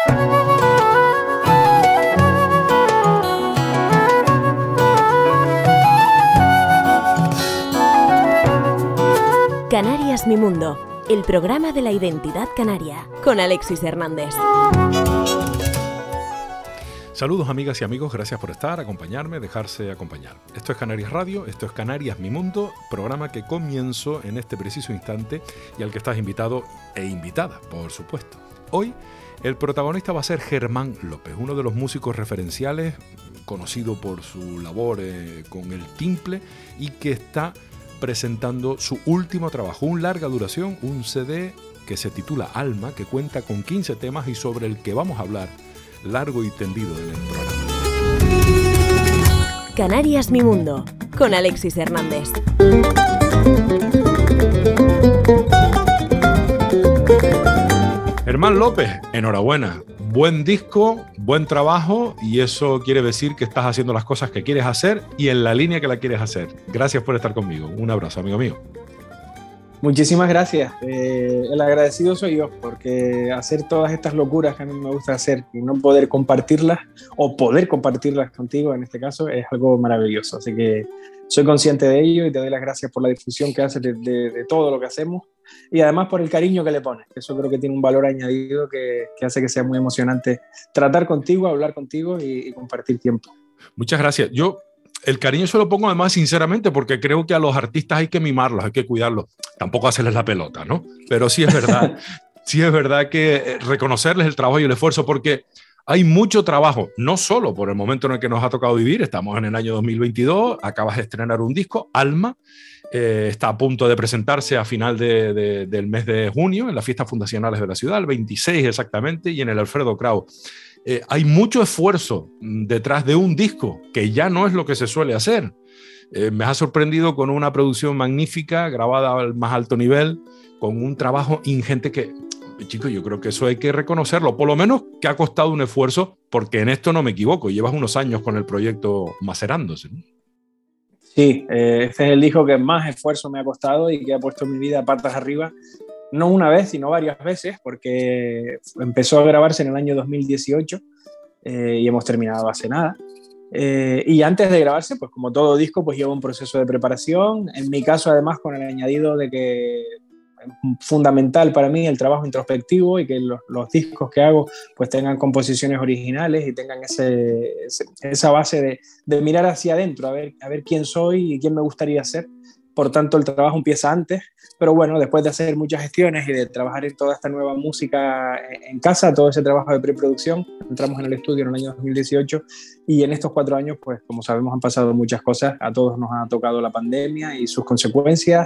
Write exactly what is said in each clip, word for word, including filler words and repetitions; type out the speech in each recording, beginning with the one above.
Canarias Mi Mundo, el programa de la identidad canaria, con Alexis Hernández. Saludos amigas y amigos, gracias por estar, acompañarme, dejarse acompañar. Esto es Canarias Radio, esto es Canarias Mi Mundo, programa que comienzo en este preciso instante y al que estás invitado e invitada, por supuesto. Hoy el protagonista va a ser Germán López, uno de los músicos referenciales, conocido por su labor eh, con el timple y que está presentando su último trabajo, un larga duración, un C D que se titula Alma, que cuenta con quince temas y sobre el que vamos a hablar largo y tendido en el programa. Canarias Mi Mundo, con Alexis Hernández. Germán López, enhorabuena. Buen disco, buen trabajo y eso quiere decir que estás haciendo las cosas que quieres hacer y en la línea que la quieres hacer. Gracias por estar conmigo. Un abrazo, amigo mío. Muchísimas gracias. Eh, el agradecido soy yo, porque hacer todas estas locuras que a mí me gusta hacer y no poder compartirlas, o poder compartirlas contigo en este caso, es algo maravilloso. Así que soy consciente de ello y te doy las gracias por la difusión que haces de, de, de todo lo que hacemos y además por el cariño que le pones. Eso creo que tiene un valor añadido que, que hace que sea muy emocionante tratar contigo, hablar contigo y, y compartir tiempo. Muchas gracias. Yo el cariño se lo pongo además sinceramente porque creo que a los artistas hay que mimarlos, hay que cuidarlos. Tampoco hacerles la pelota, ¿no? Pero sí es verdad, sí es verdad que reconocerles el trabajo y el esfuerzo porque hay mucho trabajo, no solo por el momento en el que nos ha tocado vivir, estamos en el año dos mil veintidós, acabas de estrenar un disco, Alma, eh, está a punto de presentarse a final de, de, del mes de junio en las fiestas fundacionales de la ciudad, el veintiséis exactamente, y en el Alfredo Kraus. Eh, hay mucho esfuerzo detrás de un disco, que ya no es lo que se suele hacer. Eh, me ha sorprendido con una producción magnífica, grabada al más alto nivel, con un trabajo ingente que, chicos, yo creo que eso hay que reconocerlo, por lo menos que ha costado un esfuerzo, porque en esto no me equivoco, llevas unos años con el proyecto macerándose, ¿no? Sí, eh, este es el disco que más esfuerzo me ha costado y que ha puesto mi vida patas arriba. No una vez, sino varias veces, porque empezó a grabarse en el año dos mil dieciocho eh, y hemos terminado hace nada. Eh, y antes de grabarse, pues como todo disco, pues lleva un proceso de preparación. En mi caso, además, con el añadido de que es fundamental para mí el trabajo introspectivo y que los, los discos que hago pues tengan composiciones originales y tengan ese, ese, esa base de, de mirar hacia adentro, a ver, a ver quién soy y quién me gustaría ser. Por tanto, el trabajo empieza antes, pero bueno, después de hacer muchas gestiones y de trabajar en toda esta nueva música en casa, todo ese trabajo de preproducción, entramos en el estudio en el año dos mil dieciocho y en estos cuatro años, pues como sabemos, han pasado muchas cosas, a todos nos ha tocado la pandemia y sus consecuencias.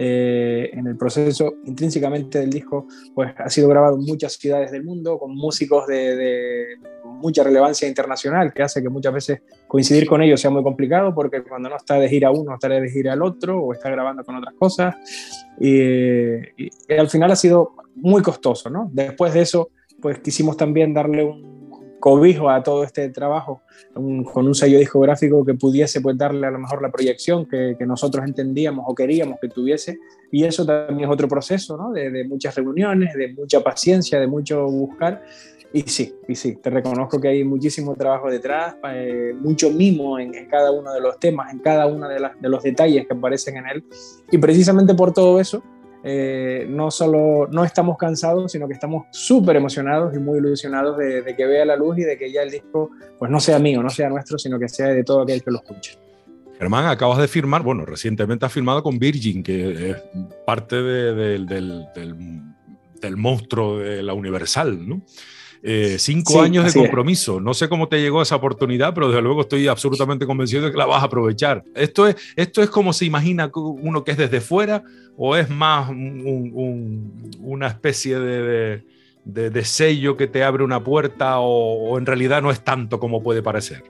Eh, en el proceso intrínsecamente del disco, pues ha sido grabado en muchas ciudades del mundo, con músicos de, de mucha relevancia internacional, que hace que muchas veces coincidir con ellos sea muy complicado, porque cuando no está de gira uno, está de gira el otro, o está grabando con otras cosas, y, y, y al final ha sido muy costoso, ¿no? Después de eso, pues quisimos también darle un cobijo a todo este trabajo, un, con un sello discográfico que pudiese pues darle a lo mejor la proyección que, que nosotros entendíamos o queríamos que tuviese, y eso también es otro proceso, ¿no? De, de muchas reuniones, de mucha paciencia, de mucho buscar. Y sí, y sí, te reconozco que hay muchísimo trabajo detrás, eh, mucho mimo en, en cada uno de los temas, en cada uno de, las, de los detalles que aparecen en él. Y precisamente por todo eso, eh, no solo no estamos cansados, sino que estamos súper emocionados y muy ilusionados de, de que vea la luz y de que ya el disco pues no sea mío, no sea nuestro, sino que sea de todo aquel que lo escuche. Germán, acabas de firmar, bueno, recientemente has firmado con Virgin, que es parte de, de, del, del, del monstruo de la Universal, ¿no? Eh, cinco sí, años de compromiso. Es. No sé cómo te llegó esa oportunidad, pero desde luego estoy absolutamente convencido de que la vas a aprovechar. ¿Esto es, esto es como se imagina uno que es desde fuera o es más un, un, una especie de, de, de, de sello que te abre una puerta o, o en realidad no es tanto como puede parecer?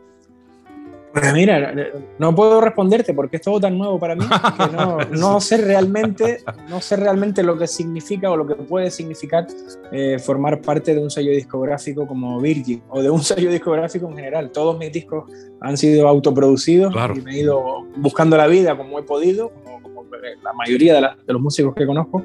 Pues mira, no puedo responderte porque es todo tan nuevo para mí que no, no sé realmente, no sé realmente lo que significa o lo que puede significar eh, formar parte de un sello discográfico como Virgin o de un sello discográfico en general. Todos mis discos han sido autoproducidos, claro. Y me he ido buscando la vida como he podido, como, como, como la mayoría de, la, de los músicos que conozco.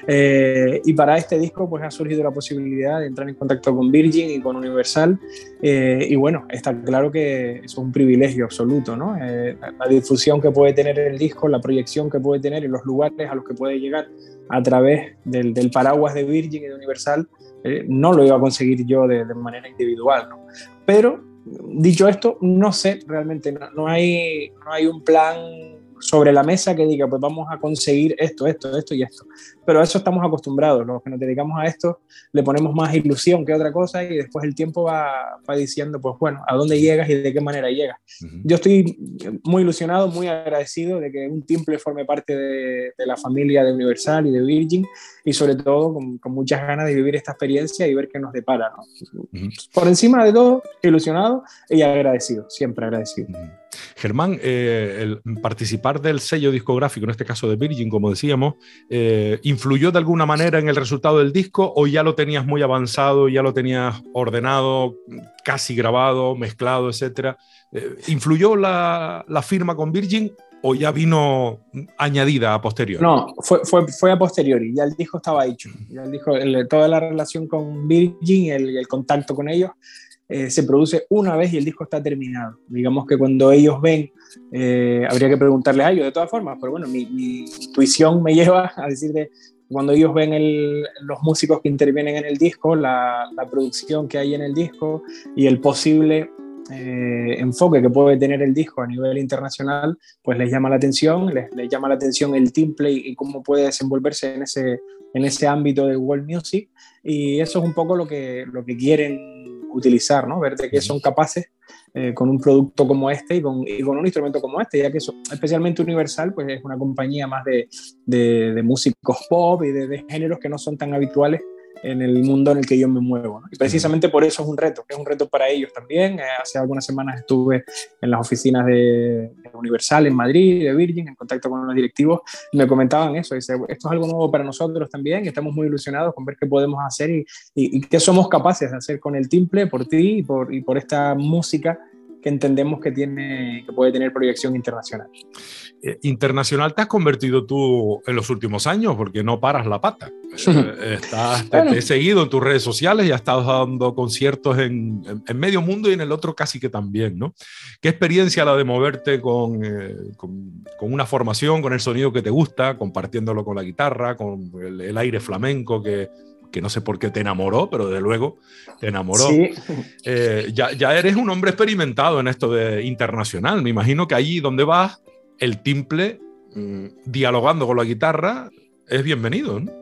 Eh, y para este disco pues ha surgido la posibilidad de entrar en contacto con Virgin y con Universal. Eh, y bueno, está claro que eso es un privilegio absoluto, ¿no? Eh, la, la difusión que puede tener el disco, la proyección que puede tener y los lugares a los que puede llegar a través del, del paraguas de Virgin y de Universal, eh, no lo iba a conseguir yo de, de manera individual, ¿no? Pero dicho esto, no sé, realmente no, no, hay, no hay un plan sobre la mesa que diga, pues vamos a conseguir esto, esto, esto y esto. Pero a eso estamos acostumbrados, los que nos dedicamos a esto le ponemos más ilusión que otra cosa y después el tiempo va, va diciendo, pues bueno, a dónde llegas y de qué manera llegas. Uh-huh. Yo estoy muy ilusionado, muy agradecido de que un timple forme parte de, de la familia de Universal y de Virgin y sobre todo con, con muchas ganas de vivir esta experiencia y ver qué nos depara, ¿no? Uh-huh. Por encima de todo, ilusionado y agradecido, siempre agradecido. Uh-huh. Germán, eh, el participar del sello discográfico, en este caso de Virgin, como decíamos, eh, ¿influyó de alguna manera en el resultado del disco o ya lo tenías muy avanzado, ya lo tenías ordenado, casi grabado, mezclado, etcétera? Eh, ¿Influyó la, la firma con Virgin o ya vino añadida a posteriori? No, fue, fue, fue a posteriori, ya el disco estaba hecho. Ya el disco, el, toda la relación con Virgin, el, el contacto con ellos, Eh, se produce una vez y el disco está terminado. Digamos que cuando ellos ven, eh, habría que preguntarles a ellos de todas formas, pero bueno, mi, mi intuición me lleva a decir de cuando ellos ven el, los músicos que intervienen en el disco, la, la producción que hay en el disco y el posible eh, enfoque que puede tener el disco a nivel internacional, pues les llama la atención, les, les llama la atención el timple y, y cómo puede desenvolverse en ese, en ese ámbito de world music, y eso es un poco lo que, lo que quieren utilizar, ¿no? Ver de qué son capaces eh, con un producto como este y con, y con un instrumento como este, ya que eso, especialmente Universal, pues es una compañía más de, de, de músicos pop y de, de géneros que no son tan habituales en el mundo en el que yo me muevo, ¿no? Y precisamente por eso es un reto, es un reto para ellos también. Eh, hace algunas semanas estuve en las oficinas de, de Universal en Madrid, de Virgin, en contacto con los directivos, y me comentaban eso, dice, esto es algo nuevo para nosotros también, y estamos muy ilusionados con ver qué podemos hacer y, y, y qué somos capaces de hacer con el timple, por ti y por, y por esta música que entendemos que, tiene, que puede tener proyección internacional. Eh, internacional te has convertido tú en los últimos años porque no paras la pata. Eh, estás, te, bueno. te he seguido en tus redes sociales y has estado dando conciertos en, en, en medio mundo y en el otro casi que también, ¿no? ¿Qué experiencia la de moverte con, eh, con, con una formación, con el sonido que te gusta, compartiéndolo con la guitarra, con el, el aire flamenco que... que no sé por qué te enamoró, pero de luego te enamoró. Sí. Eh, ya, ya eres un hombre experimentado en esto de internacional. Me imagino que allí donde vas, el timple, mmm, dialogando con la guitarra, es bienvenido, ¿no?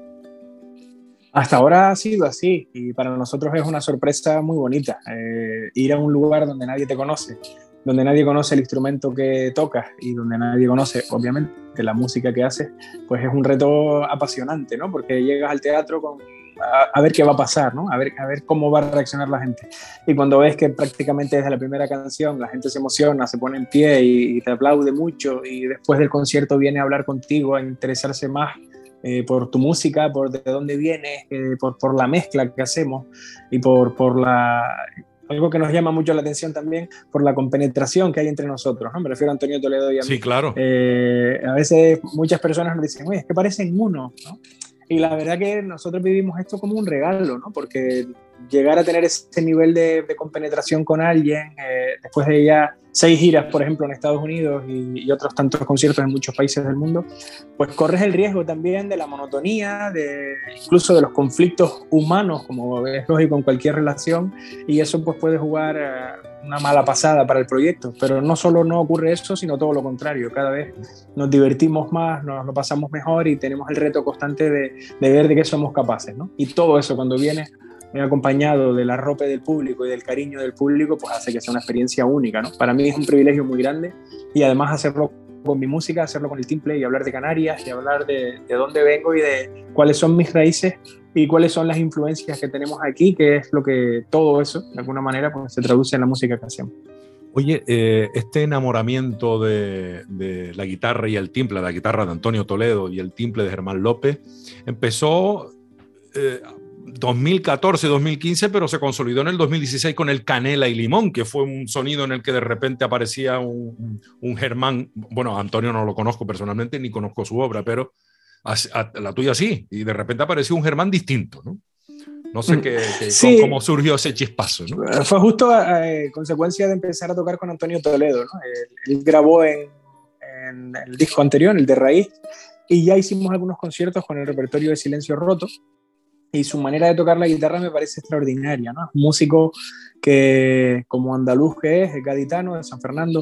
Hasta ahora ha sido así y para nosotros es una sorpresa muy bonita. Eh, ir a un lugar donde nadie te conoce, donde nadie conoce el instrumento que tocas y donde nadie conoce, obviamente, la música que haces, pues es un reto apasionante, ¿no? Porque llegas al teatro con... A, a ver qué va a pasar, ¿no? A ver, a ver cómo va a reaccionar la gente. Y cuando ves que prácticamente desde la primera canción la gente se emociona, se pone en pie y, y te aplaude mucho y después del concierto viene a hablar contigo, a interesarse más eh, por tu música, por de dónde vienes, eh, por, por la mezcla que hacemos y por, por la... Algo que nos llama mucho la atención también por la compenetración que hay entre nosotros, ¿no? Me refiero a Antonio Toledo y a mí. Sí, claro. Eh, a veces muchas personas nos dicen, oye, es que parecen uno, ¿no? Y la verdad que nosotros vivimos esto como un regalo, ¿no? Porque llegar a tener ese nivel de, de compenetración con alguien, eh, después de ya seis giras, por ejemplo, en Estados Unidos y, y otros tantos conciertos en muchos países del mundo, pues corres el riesgo también de la monotonía, de, incluso de los conflictos humanos, como es lógico en cualquier relación, y eso pues puede jugar eh, una mala pasada para el proyecto. Pero no solo no ocurre eso, sino todo lo contrario. Cada vez nos divertimos más, nos lo pasamos mejor y tenemos el reto constante de, de ver de qué somos capaces, ¿no? Y todo eso cuando viene acompañado del arrope del público y del cariño del público, pues hace que sea una experiencia única, ¿no? Para mí es un privilegio muy grande y además hacerlo con mi música, hacerlo con el timple y hablar de Canarias y hablar de, de dónde vengo y de cuáles son mis raíces y cuáles son las influencias que tenemos aquí, que es lo que todo eso, de alguna manera, pues se traduce en la música que hacemos. Oye, eh, este enamoramiento de, de la guitarra y el timple, la guitarra de Antonio Toledo y el timple de Germán López, empezó... Eh, dos mil catorce, dos mil quince, pero se consolidó en el dos mil dieciséis con el Canela y Limón, que fue un sonido en el que de repente aparecía un, un Germán. Bueno, a Antonio no lo conozco personalmente, ni conozco su obra, pero a, a la tuya sí, y de repente apareció un Germán distinto, ¿no? No sé qué, qué, sí, cómo surgió ese chispazo, ¿no? Fue justo eh, consecuencia de empezar a tocar con Antonio Toledo, ¿no? Él, él grabó en, en el disco anterior, el de Raíz, y ya hicimos algunos conciertos con el repertorio de Silencio Roto, y su manera de tocar la guitarra me parece extraordinaria, ¿no? Un músico que, como andaluz que es, es gaditano, de San Fernando,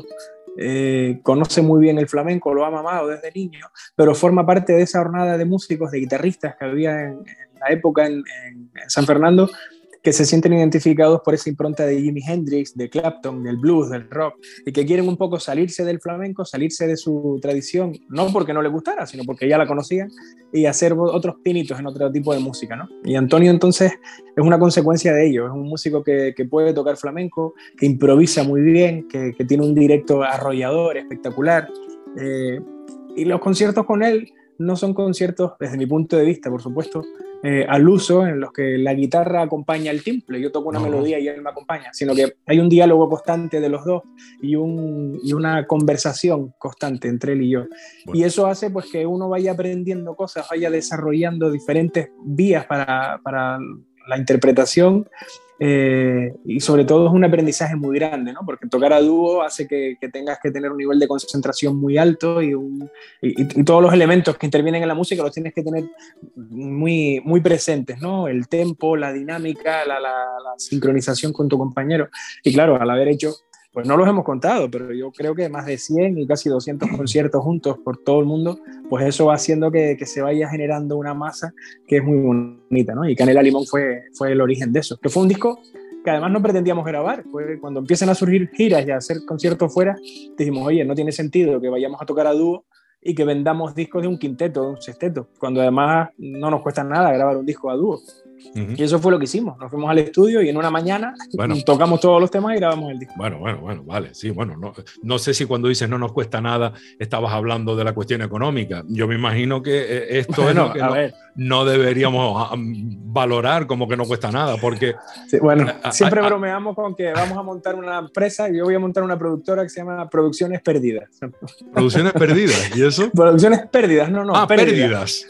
eh, conoce muy bien el flamenco, lo ha mamado desde niño, pero forma parte de esa jornada de músicos, de guitarristas que había en, en la época en, en, en San Fernando, que se sienten identificados por esa impronta de Jimi Hendrix, de Clapton, del blues, del rock, y que quieren un poco salirse del flamenco, salirse de su tradición, no porque no les gustara, sino porque ya la conocían, y hacer otros pinitos en otro tipo de música, ¿no? Y Antonio entonces es una consecuencia de ello, es un músico que, que puede tocar flamenco, que improvisa muy bien, que, que tiene un directo arrollador, espectacular, eh, y los conciertos con él no son conciertos, desde mi punto de vista, por supuesto, Eh, al uso, en los que la guitarra acompaña el timple, yo toco una no. melodía y él me acompaña, sino que hay un diálogo constante de los dos y, un, y una conversación constante entre él y yo. Bueno. Y eso hace pues que uno vaya aprendiendo cosas, vaya desarrollando diferentes vías para, para la interpretación, eh, y sobre todo es un aprendizaje muy grande, ¿no? Porque tocar a dúo hace que, que tengas que tener un nivel de concentración muy alto y, un, y, y todos los elementos que intervienen en la música los tienes que tener muy, muy presentes, ¿no? El tempo, la dinámica, la, la, la sincronización con tu compañero. Y claro, al haber hecho, pues no los hemos contado, pero yo creo que más de cien y casi doscientos conciertos juntos por todo el mundo, pues eso va haciendo que, que se vaya generando una masa que es muy bonita, ¿no? Y Canela Limón fue, fue el origen de eso, que fue un disco que además no pretendíamos grabar. Fue cuando empiezan a surgir giras y a hacer conciertos fuera, dijimos, oye, no tiene sentido que vayamos a tocar a dúo y que vendamos discos de un quinteto, de un sexteto, cuando además no nos cuesta nada grabar un disco a dúo. Uh-huh. Y eso fue lo que hicimos. Nos fuimos al estudio y en una mañana bueno, tocamos todos los temas y grabamos el disco. Bueno, bueno, bueno, vale. Sí, bueno, no, no sé si cuando dices no nos cuesta nada estabas hablando de la cuestión económica. Yo me imagino que esto bueno, es lo que no, no deberíamos valorar como que no cuesta nada, porque... Sí, bueno, a, siempre a, bromeamos con que vamos a montar una empresa y yo voy a montar una productora que se llama Producciones Perdidas. ¿Producciones Perdidas? ¿Y eso? Producciones Perdidas, no, no. Ah, Pérdidas.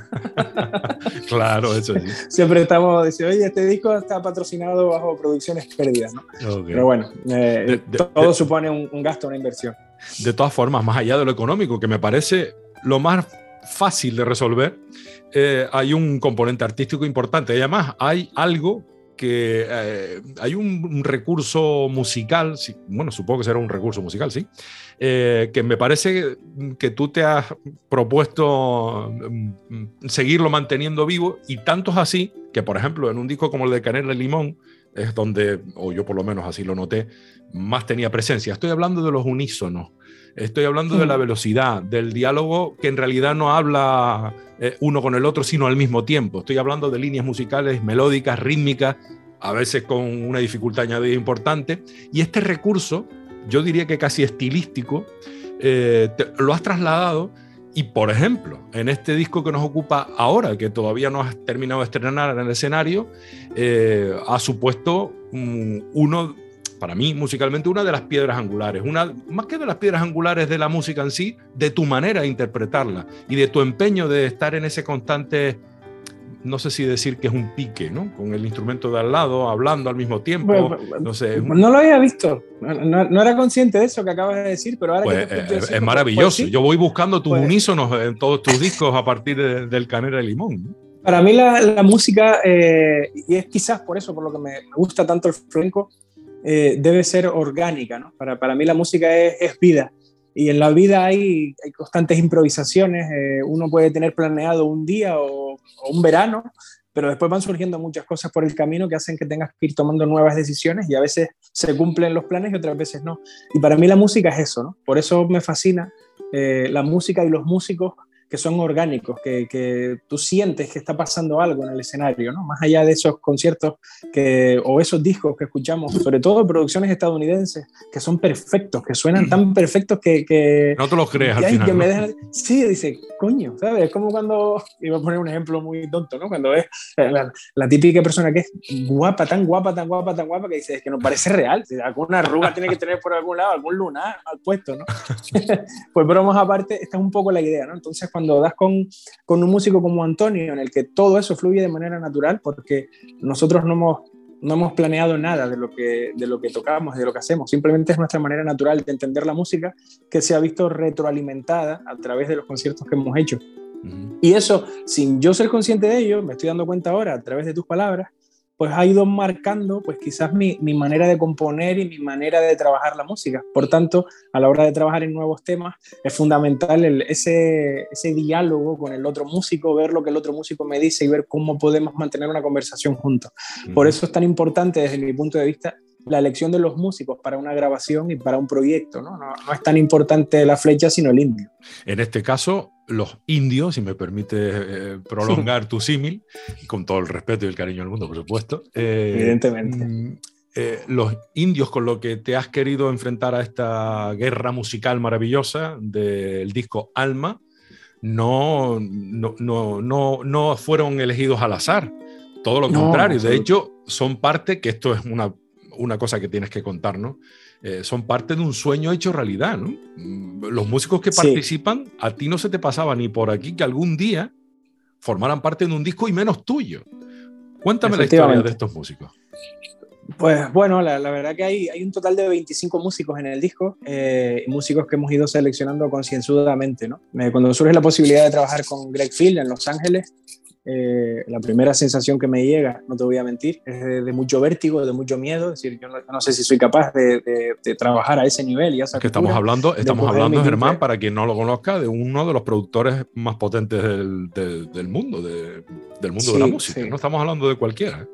Pérdidas. Claro, eso sí. Siempre estamos diciendo, oye, este disco está patrocinado bajo Producciones Perdidas, ¿no? Okay. Pero bueno, eh, de, de, todo de, supone un, un gasto, una inversión. De todas formas, más allá de lo económico, que me parece lo más fácil de resolver, eh, hay un componente artístico importante. Y además hay algo que... Eh, hay un, un recurso musical, sí, bueno, supongo que será un recurso musical, sí, eh, que me parece que tú te has propuesto mm, seguirlo manteniendo vivo, y tanto es así que, por ejemplo, en un disco como el de Canela y Limón, es donde, o yo por lo menos así lo noté, más tenía presencia. Estoy hablando de los unísonos, estoy hablando de la velocidad, del diálogo que en realidad no habla eh, uno con el otro, sino al mismo tiempo. Estoy hablando de líneas musicales, melódicas, rítmicas, a veces con una dificultad añadida importante. Y este recurso, yo diría que casi estilístico, eh, te, lo has trasladado. Y, por ejemplo, en este disco que nos ocupa ahora, que todavía no has terminado de estrenar en el escenario, eh, ha supuesto um, uno, para mí, musicalmente, una de las piedras angulares, una, más que de las piedras angulares de la música en sí, de tu manera de interpretarla y de tu empeño de estar en ese constante, no sé si decir que es un pique, ¿no? Con el instrumento de al lado, hablando al mismo tiempo. Bueno, no sé. Un... No lo había visto. No, no era consciente de eso que acabas de decir, pero ahora pues, que te eh, decir, es maravilloso. Pues, sí. Yo voy buscando tus pues, unísonos en todos tus discos a partir de, del Canela y Limón, ¿no? Para mí la, la música, eh, y es quizás por eso, por lo que me, me gusta tanto el flamenco, eh, debe ser orgánica, ¿no? Para, para mí la música es, es vida. Y en la vida hay, hay constantes improvisaciones, eh, uno puede tener planeado un día o, o un verano, pero después van surgiendo muchas cosas por el camino que hacen que tengas que ir tomando nuevas decisiones, y a veces se cumplen los planes y otras veces no. Y para mí la música es eso, ¿no? Por eso me fascina eh, la música y los músicos que son orgánicos, que, que tú sientes que está pasando algo en el escenario, ¿no? Más allá de esos conciertos que, o esos discos que escuchamos, sobre todo producciones estadounidenses, que son perfectos, que suenan tan perfectos que... que no te los crees al ay, final, que ¿no? me dejan, sí, dice, coño, ¿sabes? Es como cuando, iba a poner un ejemplo muy tonto, ¿no? Cuando ves la, la típica persona que es guapa, tan guapa, tan guapa, tan guapa, que dice, es que no parece real, alguna arruga tiene que tener por algún lado, algún lunar mal puesto, ¿no? Pues bromas aparte, esta es un poco la idea, ¿no? Entonces cuando das con, con un músico como Antonio, en el que todo eso fluye de manera natural, porque nosotros no hemos, no hemos planeado nada de lo, que, de lo que tocamos, de lo que hacemos, simplemente es nuestra manera natural de entender la música que se ha visto retroalimentada a través de los conciertos que hemos hecho. Uh-huh. Y eso, sin yo ser consciente de ello, me estoy dando cuenta ahora a través de tus palabras, pues ha ido marcando pues quizás mi, mi manera de componer y mi manera de trabajar la música. Por tanto, a la hora de trabajar en nuevos temas, es fundamental el, ese, ese diálogo con el otro músico, ver lo que el otro músico me dice y ver cómo podemos mantener una conversación juntos. Uh-huh. Por eso es tan importante, desde mi punto de vista, la elección de los músicos para una grabación y para un proyecto, ¿no? No, no es tan importante la flecha, sino el indio. En este caso, los indios, si me permite eh, prolongar tu símil, con todo el respeto y el cariño del mundo, por supuesto. Eh, Evidentemente. Eh, los indios con lo que te has querido enfrentar a esta guerra musical maravillosa del disco Alma, no, no, no, no, no fueron elegidos al azar. Todo lo contrario. No, de hecho, son parte, que esto es una... una cosa que tienes que contarnos, eh, son parte de un sueño hecho realidad, ¿no? Los músicos que participan, sí. A ti no se te pasaba ni por aquí que algún día formaran parte de un disco y menos tuyo. Cuéntame la historia de estos músicos. Pues bueno, la, la verdad que hay, hay un total de veinticinco músicos en el disco, eh, músicos que hemos ido seleccionando concienzudamente, ¿no? Eh, cuando surge la posibilidad de trabajar con Greg Field en Los Ángeles, Eh, la primera sensación que me llega, no te voy a mentir, es de, de mucho vértigo, de mucho miedo. Es decir, yo no, no sé si soy capaz de, de, de trabajar a ese nivel y a esa que estamos hablando, estamos hablando, Germán, para quien no lo conozca, de uno de los productores más potentes del, del, del mundo, de, del mundo sí, de la música. Sí. No estamos hablando de cualquiera.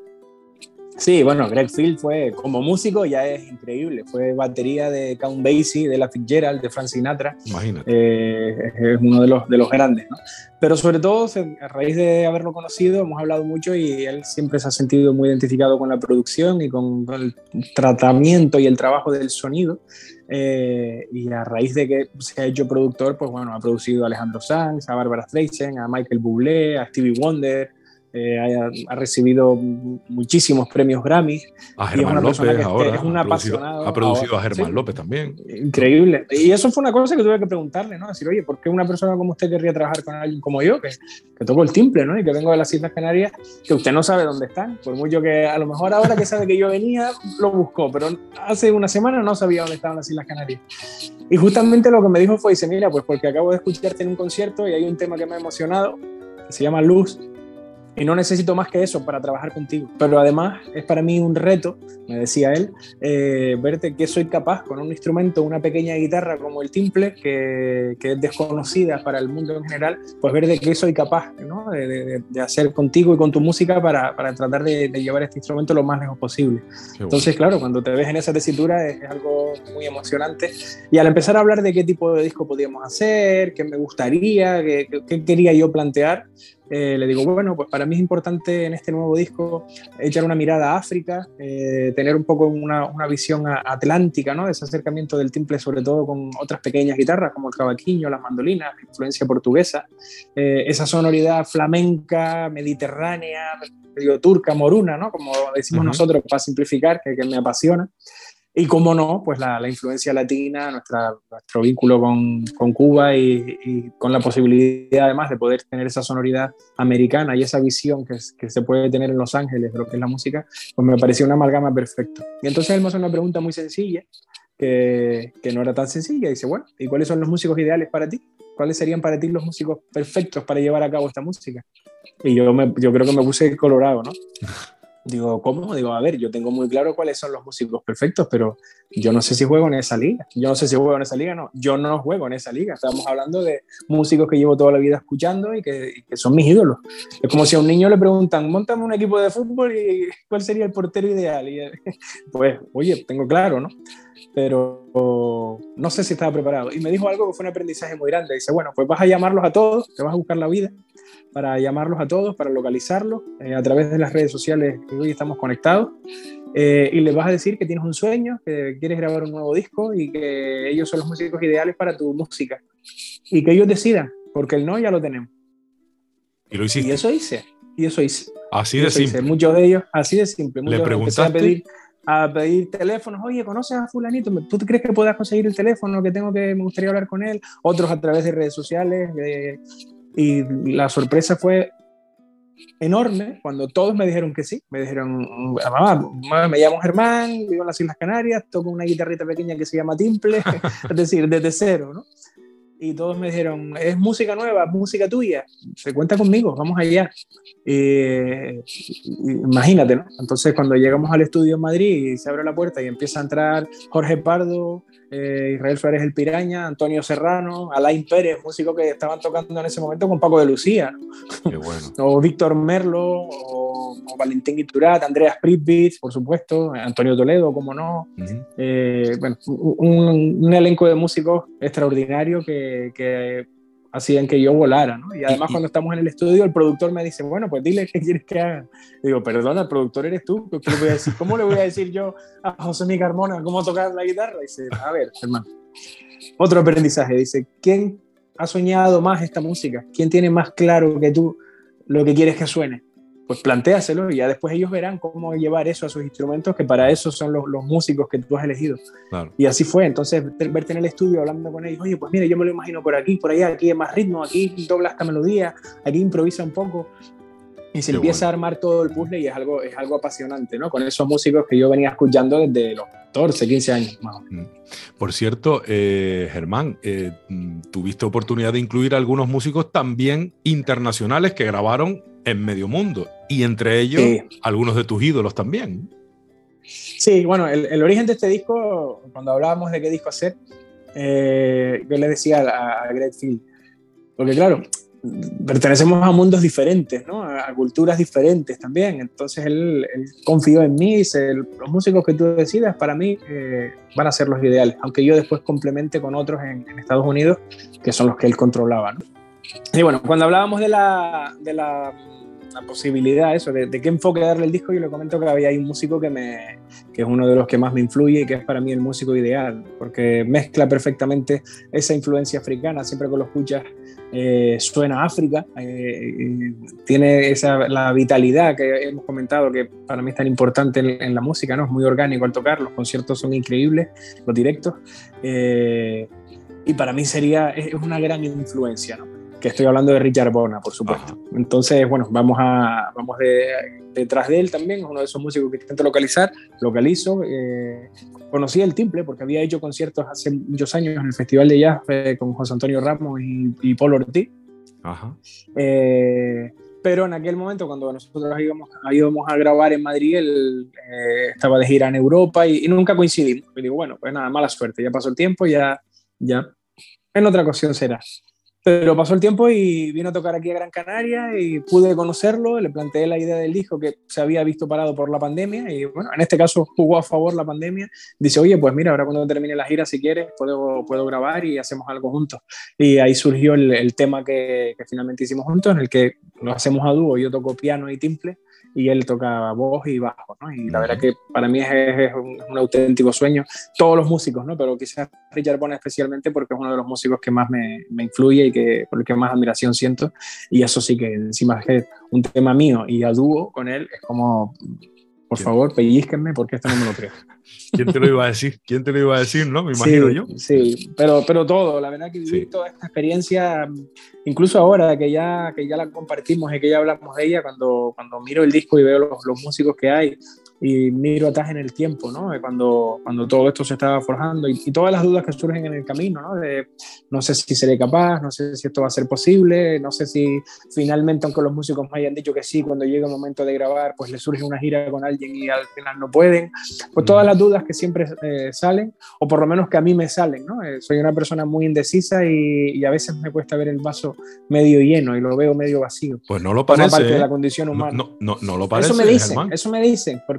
Sí, bueno, Greg Field fue, como músico ya es increíble, fue batería de Count Basie, de Ella Fitzgerald, de Frank Sinatra. Imagínate. Eh, es uno de los, de los grandes, ¿no? Pero sobre todo, a raíz de haberlo conocido, hemos hablado mucho y él siempre se ha sentido muy identificado con la producción y con, con el tratamiento y el trabajo del sonido. Eh, y a raíz de que se ha hecho productor, pues bueno, ha producido a Alejandro Sanz, a Barbara Streisand, a Michael Bublé, a Stevie Wonder. Eh, ha, ha recibido muchísimos premios Grammy. A Germán López que ahora. Es un ha producido, apasionado. ha producido ahora, a Germán ¿sí? López también. Increíble. Y eso fue una cosa que tuve que preguntarle, ¿no? Decir, oye, ¿por qué una persona como usted querría trabajar con alguien como yo, que, que toco el timple, ¿no? Y que vengo de las Islas Canarias, que usted no sabe dónde están? Por mucho que a lo mejor ahora que sabe que yo venía, lo buscó, pero hace una semana no sabía dónde estaban las Islas Canarias. Y justamente lo que me dijo fue, dice, mira, pues porque acabo de escucharte en un concierto y hay un tema que me ha emocionado, que se llama Luz, y no necesito más que eso para trabajar contigo. Pero además es para mí un reto, me decía él, eh, verte que soy capaz con un instrumento, una pequeña guitarra como el timple, que, que es desconocida para el mundo en general, pues ver de qué soy capaz, ¿no? de, de, de hacer contigo y con tu música para, para tratar de, de llevar este instrumento lo más lejos posible. Qué Entonces, bueno. Claro, cuando te ves en esa tesitura es, es algo muy emocionante. Y al empezar a hablar de qué tipo de disco podíamos hacer, qué me gustaría, qué, qué quería yo plantear, Eh, le digo, bueno, pues para mí es importante en este nuevo disco echar una mirada a África, eh, tener un poco una, una visión a, atlántica, ¿no? Ese acercamiento del timple, sobre todo con otras pequeñas guitarras como el cavaquinho, las mandolinas, la influencia portuguesa, eh, esa sonoridad flamenca, mediterránea, medio turca, moruna, ¿no? Como decimos uh-huh. nosotros, para simplificar, que, que me apasiona. Y cómo no, pues la, la influencia latina, nuestra, nuestro vínculo con, con Cuba y, y con la posibilidad además de poder tener esa sonoridad americana y esa visión que, que se puede tener en Los Ángeles de lo que es la música, pues me pareció una amalgama perfecta. Y entonces él me hace una pregunta muy sencilla, que, que no era tan sencilla. Dice, bueno, ¿y cuáles son los músicos ideales para ti? ¿Cuáles serían para ti los músicos perfectos para llevar a cabo esta música? Y yo, me, yo creo que me puse colorado, ¿no? Digo, ¿cómo? Digo, a ver, yo tengo muy claro cuáles son los músicos perfectos, pero yo no sé si juego en esa liga. Yo no sé si juego en esa liga, no. Yo no juego en esa liga. Estamos hablando de músicos que llevo toda la vida escuchando y que, y que son mis ídolos. Es como si a un niño le preguntan, móntame un equipo de fútbol y ¿cuál sería el portero ideal? Y pues, oye, tengo claro, ¿no? Pero no sé si estaba preparado. Y me dijo algo que fue un aprendizaje muy grande. Dice, bueno, pues vas a llamarlos a todos, te vas a buscar la vida para llamarlos a todos, para localizarlos eh, a través de las redes sociales que hoy estamos conectados. Eh, y les vas a decir que tienes un sueño, que quieres grabar un nuevo disco y que ellos son los músicos ideales para tu música. Y que ellos decidan, porque el no ya lo tenemos. Y lo hiciste. Y eso hice. Y eso hice. Así de simple. Hice. Muchos de ellos, así de simple. ¿Le preguntaste? A pedir, a pedir teléfonos. Oye, ¿conoces a fulanito? ¿Tú crees que puedas conseguir el teléfono? Que tengo que, me gustaría hablar con él. Otros a través de redes sociales. De, y la sorpresa fue enorme cuando todos me dijeron que sí. Me dijeron, mamá, me llamo Germán, vivo en las Islas Canarias, toco una guitarrita pequeña que se llama timple, es decir, desde cero, ¿no? Y todos me dijeron, es música nueva, música tuya, se cuenta conmigo, vamos allá. Eh, imagínate, ¿no? Entonces cuando llegamos al estudio en Madrid y se abre la puerta y empieza a entrar Jorge Pardo, eh, Israel Suárez el Piraña, Antonio Serrano, Alain Pérez, músicos que estaban tocando en ese momento con Paco de Lucía, ¿no? Qué bueno. O Víctor Merlo, o, o Valentín Guiturat, Andreas Pritvitz, por supuesto, Antonio Toledo, como no. Uh-huh. eh, bueno, un, un elenco de músicos extraordinario que, que hacían que yo volara, ¿no? Y además cuando estamos en el estudio el productor me dice, bueno, pues dile qué quieres que haga. Digo, perdona, el productor eres tú, ¿qué le voy a decir? ¿Cómo le voy a decir yo a José Miguel Carmona cómo tocar la guitarra? Y dice, a ver, hermano, otro aprendizaje, dice, ¿quién ha soñado más esta música? ¿Quién tiene más claro que tú lo que quieres que suene? Pues plantéaselo y ya después ellos verán cómo llevar eso a sus instrumentos, que para eso son los, los músicos que tú has elegido. Claro. Y así fue. Entonces, verte en el estudio hablando con ellos, oye, pues mire, yo me lo imagino por aquí, por allá, aquí hay más ritmo, aquí dobla esta melodía, aquí improvisa un poco. Y se Qué empieza bueno. a armar todo el puzzle y es algo, es algo apasionante, ¿no? Con esos músicos que yo venía escuchando desde los catorce, quince años más o menos. Por cierto, eh, Germán, eh, tuviste oportunidad de incluir a algunos músicos también internacionales que grabaron en medio mundo y entre ellos sí. algunos de tus ídolos también. Sí, bueno, el, el origen de este disco, cuando hablábamos de qué disco hacer, eh, yo le decía a, a Greg Field, porque claro, pertenecemos a mundos diferentes, ¿no? A, a culturas diferentes también. Entonces él, él confió en mí, dice, los músicos que tú decidas para mí eh, van a ser los ideales, aunque yo después complemente con otros en, en Estados Unidos, que son los que él controlaba, ¿no? Y bueno, cuando hablábamos de la, de la, la posibilidad, eso, de, de qué enfoque darle el disco, yo le comento que había un músico que, me, que es uno de los que más me influye y que es para mí el músico ideal, porque mezcla perfectamente esa influencia africana, siempre que lo escuchas eh, suena a África, eh, tiene esa, la vitalidad que hemos comentado, que para mí es tan importante en, en la música, ¿no? Es muy orgánico al tocar, los conciertos son increíbles, los directos, eh, y para mí sería, es una gran influencia, ¿no? Que estoy hablando de Richard Bona, por supuesto. Ajá. Entonces, bueno, vamos, a, vamos de, detrás de él también, es uno de esos músicos que intento localizar, localizo, eh, conocí el timple porque había hecho conciertos hace muchos años en el Festival de Jazz eh, con José Antonio Ramos y, y Paul Ortiz. Ajá. Eh, pero en aquel momento, cuando nosotros íbamos, íbamos a grabar en Madrid, él eh, estaba de gira en Europa y, y nunca coincidimos. Y digo, bueno, pues nada, mala suerte, ya pasó el tiempo, ya, ya en otra ocasión será. Pero pasó el tiempo y vino a tocar aquí a Gran Canaria y pude conocerlo, le planteé la idea del disco que se había visto parado por la pandemia y bueno, en este caso jugó a favor la pandemia. Dice, oye, pues mira, ahora cuando termine la gira, si quieres, puedo, puedo grabar y hacemos algo juntos. Y ahí surgió el, el tema que, que finalmente hicimos juntos, en el que lo hacemos a dúo, yo toco piano y timple y él toca voz y bajo, ¿no? Y la verdad que para mí es, es, un, es un auténtico sueño, todos los músicos, ¿no? Pero quizás Richard Bona especialmente porque es uno de los músicos que más me, me influye y que, por el que más admiración siento, y eso sí que encima es un tema mío y a dúo con él es como, por ¿Quién? favor, pellizquenme porque esto no me lo creo. ¿Quién te lo iba a decir? ¿Quién te lo iba a decir, no? Me imagino sí, yo. Sí, pero, pero todo, la verdad que viví sí. toda esta experiencia, incluso ahora que ya, que ya la compartimos y que ya hablamos de ella, cuando, cuando miro el disco y veo los, los músicos que hay y miro atrás en el tiempo, ¿no? Cuando, cuando todo esto se estaba forjando y, y todas las dudas que surgen en el camino, ¿no? De, no sé si seré capaz, no sé si esto va a ser posible, no sé si finalmente, aunque los músicos me hayan dicho que sí, cuando llega el momento de grabar, pues le surge una gira con alguien y al final no pueden. Pues todas las dudas que siempre eh, salen, o por lo menos que a mí me salen, ¿no? Eh, soy una persona muy indecisa y, y a veces me cuesta ver el vaso medio lleno y lo veo medio vacío. Pues no lo parece. Forma parte ¿eh? de la condición humana. No, no, no, no lo parece, Eso me dicen, Germán. eso me dicen, porque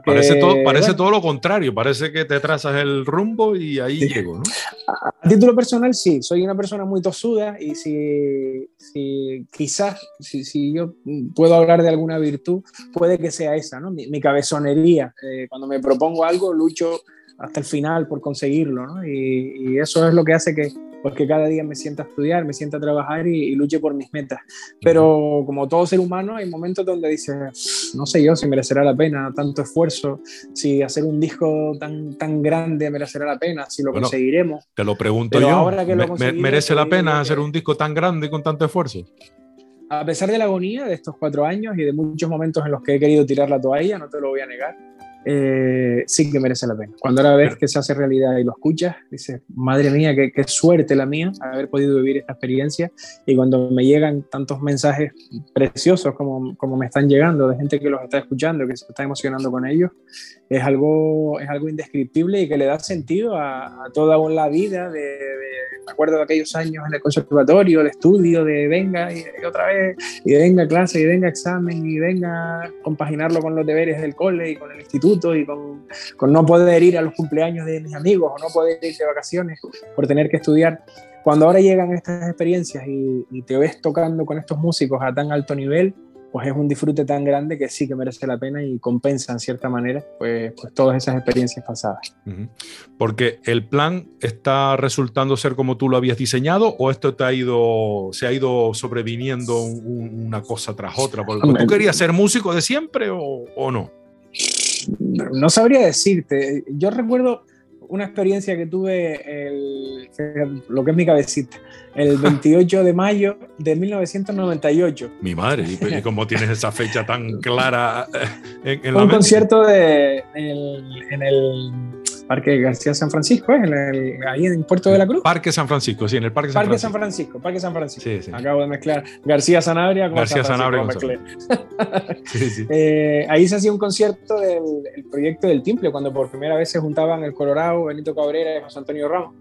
parece, todo, parece bueno, todo lo contrario, parece que te trazas el rumbo y ahí sí. llego, ¿no? A, a título personal, sí, soy una persona muy tosuda y si, si quizás, si, si yo puedo hablar de alguna virtud, puede que sea esa, ¿no? Mi, mi cabezonería. Eh, cuando me propongo algo, lucho hasta el final por conseguirlo, ¿no? Y, y eso es lo que hace que, pues, que cada día me sienta a estudiar, me sienta a trabajar y, y luche por mis metas. Pero como todo ser humano, hay momentos donde dices, no sé yo si merecerá la pena tanto esfuerzo, si hacer un disco tan, tan grande merecerá la pena, si lo bueno, conseguiremos. Te lo pregunto Pero yo, ahora que lo ¿Me, ¿merece la pena hacer un disco tan grande con tanto esfuerzo? A pesar de la agonía de estos cuatro años y de muchos momentos en los que he querido tirar la toalla, no te lo voy a negar, Eh, sí que merece la pena. Cuando ahora ves que se hace realidad y lo escuchas, dices, madre mía, qué, qué suerte la mía haber podido vivir esta experiencia. Y cuando me llegan tantos mensajes preciosos como, como me están llegando de gente que los está escuchando, que se está emocionando con ellos, es algo, es algo indescriptible y que le da sentido a, a toda la vida de, de, me acuerdo de aquellos años en el conservatorio, de estudio, de venga y, y otra vez, y de venga clase, y venga examen, y venga compaginarlo con los deberes del cole y con el instituto, y con, con no poder ir a los cumpleaños de mis amigos o no poder ir de vacaciones por tener que estudiar. Cuando ahora llegan estas experiencias y, y te ves tocando con estos músicos a tan alto nivel, pues es un disfrute tan grande que sí que merece la pena y compensa en cierta manera pues, pues todas esas experiencias pasadas. Uh-huh. Porque el plan está resultando ser como tú lo habías diseñado, o esto te ha ido, se ha ido sobreviniendo un, una cosa tras otra. Porque ¿tú querías ser músico de siempre o, o no? No sabría decirte. Yo recuerdo una experiencia que tuve, el, lo que es mi cabecita, el veintiocho de mayo de mil novecientos noventa y ocho. Mi madre, ¿y cómo tienes esa fecha tan clara en, en la Un mente? concierto de, en, el, en el Parque García San Francisco, ¿eh? en el, ahí en Puerto de la Cruz. Parque San Francisco, sí, en el Parque San Parque Francisco. San Francisco, Parque San Francisco. Sí, sí. Acabo de mezclar García Sanabria con García San Sanabria con sí, sí. eh, Ahí se hacía un concierto del el proyecto del Timple, cuando por primera vez se juntaban el Colorado, Benito Cabrera y José Antonio Ramos.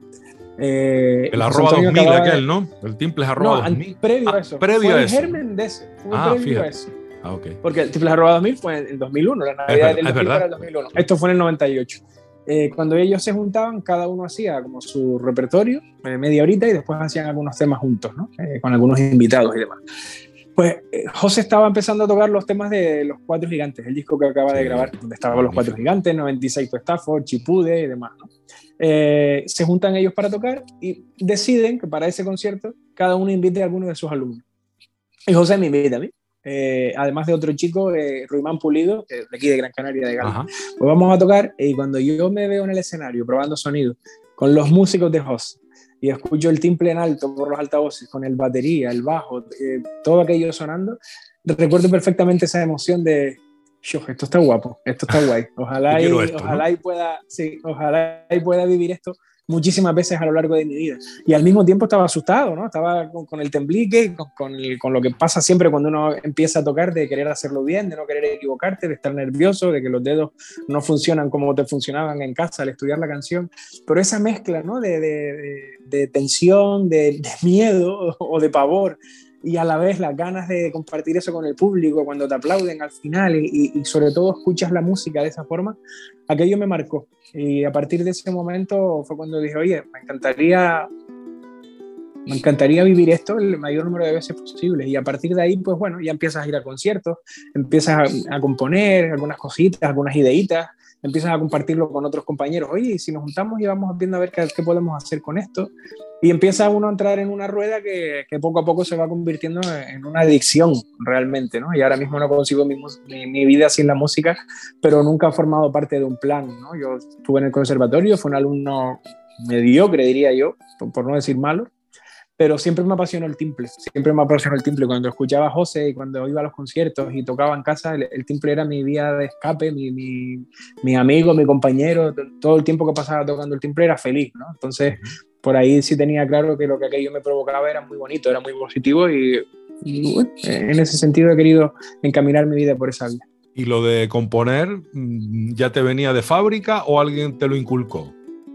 Eh, el arroba dos mil aquel, ¿no? El Timple es arroba no, dos mil. Previo ah, a eso. Previo fue a el eso. germen de ese. Fue ah, previo fíjate. a eso. Ah, okay. Porque el Timple arroba dos mil fue en el dos mil uno, la Navidad del dos mil para el dos mil uno. Esto fue en el noventa y ocho. Eh, cuando ellos se juntaban, cada uno hacía como su repertorio, eh, media horita, y después hacían algunos temas juntos, ¿no? Eh, con algunos invitados y demás. Pues eh, José estaba empezando a tocar los temas de Los Cuatro Gigantes, el disco que acaba sí, de grabar, donde estaban Los Cuatro Gigantes, noventa y seis to Stafford, Chipude y demás, ¿no? Eh, se juntan ellos para tocar y deciden que para ese concierto cada uno invite a alguno de sus alumnos. Y José me invita a mí. Eh, además de otro chico, eh, Ruimán Pulido, eh, de aquí de Gran Canaria, de Galicia. Pues vamos a tocar y cuando yo me veo en el escenario probando sonido con los músicos de José y escucho el timple en alto por los altavoces, con el batería, el bajo, eh, todo aquello sonando, recuerdo perfectamente esa emoción de esto está guapo, esto está guay, ojalá, y, esto, ojalá, ¿no? y pueda, sí, ojalá y pueda vivir esto muchísimas veces a lo largo de mi vida. Y al mismo tiempo estaba asustado, ¿no? Estaba con, con el temblique, con, con, el, con lo que pasa siempre cuando uno empieza a tocar, de querer hacerlo bien, de no querer equivocarte, de estar nervioso, de que los dedos no funcionan como te funcionaban en casa al estudiar la canción. Pero esa mezcla, ¿no? de, de, de, de tensión, de, de miedo o de pavor, y a la vez las ganas de compartir eso con el público cuando te aplauden al final y, y sobre todo escuchas la música de esa forma, aquello me marcó. Y a partir de ese momento fue cuando dije, oye, me encantaría me encantaría vivir esto el mayor número de veces posible. Y a partir de ahí, pues bueno, ya empiezas a ir a conciertos, empiezas a, a componer algunas cositas, algunas ideitas, empiezas a compartirlo con otros compañeros. Oye, y si nos juntamos y vamos viendo a ver qué, qué podemos hacer con esto. Y empieza uno a entrar en una rueda que, que poco a poco se va convirtiendo en una adicción realmente, ¿no? Y ahora mismo no consigo mi, mi, mi vida sin la música, pero nunca ha formado parte de un plan, ¿no? Yo estuve en el conservatorio, fui un alumno mediocre, diría yo, por, por no decir malo, pero siempre me apasionó el timple, siempre me apasionó el timple. Cuando escuchaba a José y cuando iba a los conciertos y tocaba en casa, el, el timple era mi vía de escape, mi, mi, mi amigo, mi compañero. Todo el tiempo que pasaba tocando el timple era feliz, ¿no? Entonces, por ahí sí tenía claro que lo que aquello me provocaba era muy bonito, era muy positivo y, y bueno, en ese sentido he querido encaminar mi vida por esa vía. ¿Y lo de componer ya te venía de fábrica o alguien te lo inculcó?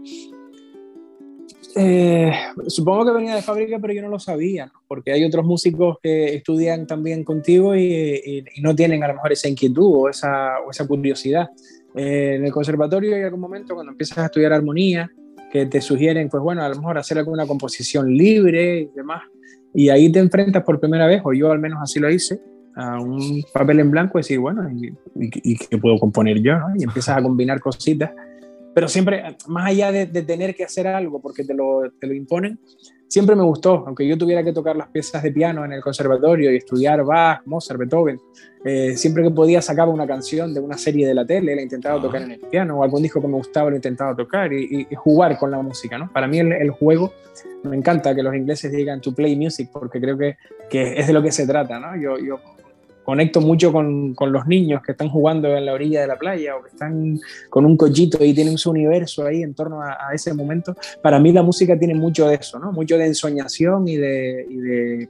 Eh, supongo que venía de fábrica, pero yo no lo sabía, ¿no? Porque hay otros músicos que estudian también contigo y, y, y no tienen a lo mejor esa inquietud o esa, o esa curiosidad. Eh, en el conservatorio hay algún momento cuando empiezas a estudiar armonía que te sugieren, pues bueno, a lo mejor hacer alguna composición libre y demás. Y ahí te enfrentas por primera vez, o yo al menos así lo hice, a un papel en blanco y decir, bueno, ¿y, y, y qué puedo componer yo? ¿No? Y empiezas a combinar cositas. Pero siempre, más allá de, de tener que hacer algo porque te lo, te lo imponen, siempre me gustó, aunque yo tuviera que tocar las piezas de piano en el conservatorio y estudiar Bach, Mozart, Beethoven, eh, siempre que podía sacaba una canción de una serie de la tele, la intentaba tocar en el piano, o algún disco que me gustaba lo intentaba tocar y, y, y jugar con la música, ¿no? Para mí el, el juego, me encanta que los ingleses digan to play music, porque creo que, que es de lo que se trata, ¿no? Yo, yo conecto mucho con, con los niños que están jugando en la orilla de la playa o que están con un cochito y tienen su universo ahí en torno a, a ese momento. Para mí la música tiene mucho de eso, ¿no? Mucho de ensoñación y de, y de,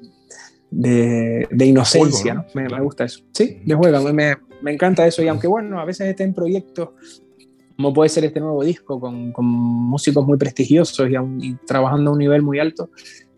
de, de inocencia, juego, ¿no? Me, claro. me gusta eso. Sí, de juego, me, me encanta eso. Y aunque bueno, a veces esté en proyectos como puede ser este nuevo disco con, con músicos muy prestigiosos y, a un, y trabajando a un nivel muy alto,